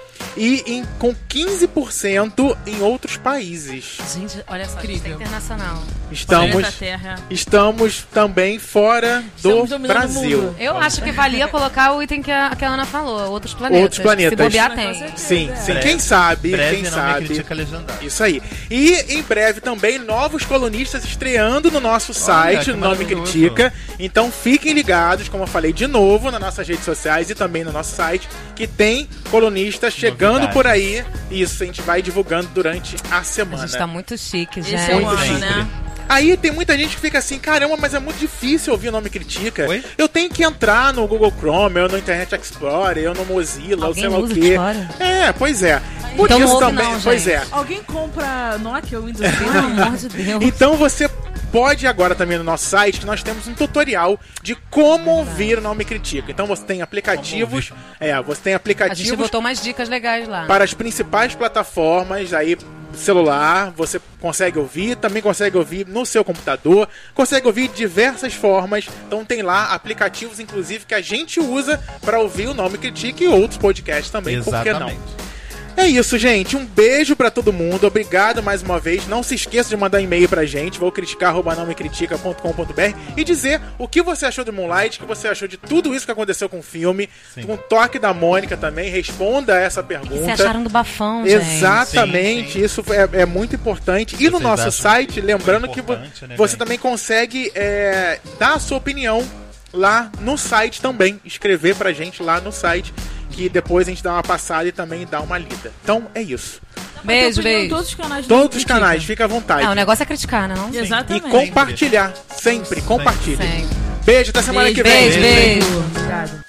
Speaker 1: e com 15% em outros países.
Speaker 3: Gente, olha só,
Speaker 5: Incrível.
Speaker 3: isso é internacional.
Speaker 4: Planeta Terra.
Speaker 1: Estamos também fora do
Speaker 4: Estamos dominando o
Speaker 1: Brasil.
Speaker 4: mundo.
Speaker 3: Eu acho que valia colocar o item que a Ana falou, outros planetas.
Speaker 1: Outros planetas.
Speaker 3: Se bobear,
Speaker 4: Mas
Speaker 3: tem.
Speaker 4: com certeza.
Speaker 1: Sim, sim.
Speaker 2: Breve-
Speaker 1: Quem sabe,
Speaker 2: Breve
Speaker 1: quem
Speaker 2: não
Speaker 1: sabe.
Speaker 2: me critica legendário.
Speaker 1: Isso aí. E em breve também novos colunistas estreando no nosso site,
Speaker 2: que
Speaker 1: no Nome
Speaker 2: maravilhoso.
Speaker 1: Critica. Então fiquem ligados, como eu falei de novo, nas nossas redes sociais e também no nosso site, que tem colunistas chegando
Speaker 2: Novidades.
Speaker 1: por aí. Isso, a gente vai divulgando durante a
Speaker 3: A
Speaker 1: semana.
Speaker 3: gente tá muito chique, gente.
Speaker 4: Esse é o
Speaker 1: Muito
Speaker 4: ano,
Speaker 1: chique.
Speaker 4: né?
Speaker 1: Aí tem muita gente que fica assim, caramba, mas é muito difícil ouvir o Nome Critica.
Speaker 2: Oi?
Speaker 1: Eu tenho que entrar no Google Chrome, eu no Internet Explorer, eu no Mozilla, ou
Speaker 3: Alguém
Speaker 1: sei lá o
Speaker 3: usa
Speaker 1: quê.
Speaker 3: Explorer?
Speaker 1: É, pois é. Por
Speaker 3: Então não
Speaker 1: isso
Speaker 3: ouve
Speaker 1: também,
Speaker 3: não,
Speaker 1: pois
Speaker 3: gente.
Speaker 1: é.
Speaker 4: Alguém compra Nokia ou Windows
Speaker 3: Pelo
Speaker 4: Phone?
Speaker 3: amor de Deus.
Speaker 1: Então você pode agora também no nosso site, que nós temos um tutorial de como ouvir o Nome Critica. Então você tem aplicativos, você tem
Speaker 3: A gente
Speaker 1: aplicativos
Speaker 3: botou umas dicas legais lá.
Speaker 1: para as principais plataformas aí celular, você consegue ouvir, também consegue ouvir no seu computador, consegue ouvir de diversas formas. Então tem lá aplicativos inclusive que a gente usa para ouvir o Nome Critica e outros podcasts também, por que não?
Speaker 2: Exatamente.
Speaker 1: É isso, gente. Um beijo pra todo mundo. Obrigado mais uma vez. Não se esqueça de mandar e-mail pra gente. Vou criticar@nãomecritica.com.br e dizer o que você achou do Moonlight, o que você achou de tudo isso que aconteceu com o filme. Com o toque da Mônica também. Responda essa
Speaker 3: O que
Speaker 1: pergunta.
Speaker 3: vocês acharam do bafão, gente?
Speaker 1: Exatamente,
Speaker 2: Sim, sim.
Speaker 1: isso é muito importante. E no
Speaker 2: Vocês
Speaker 1: nosso
Speaker 2: acham
Speaker 1: site,
Speaker 2: que
Speaker 1: lembrando
Speaker 2: foi
Speaker 1: que
Speaker 2: importante, né,
Speaker 1: você
Speaker 2: gente?
Speaker 1: também consegue dar a sua opinião lá no site também. Escrever pra gente lá no site, que depois a gente dá uma passada e também dá uma lida. Então é isso.
Speaker 3: Beijo,
Speaker 4: Tem opinião em
Speaker 3: beijo.
Speaker 4: todos os canais do
Speaker 1: Todos os
Speaker 4: Critica.
Speaker 1: canais, fica à vontade.
Speaker 3: Ah, o negócio é criticar, né? Não?
Speaker 1: E
Speaker 4: Exatamente.
Speaker 1: compartilhar. Sempre compartilhe.
Speaker 3: Sempre.
Speaker 1: Beijo, até semana que vem.
Speaker 3: Beijo, beijo.
Speaker 4: Obrigada.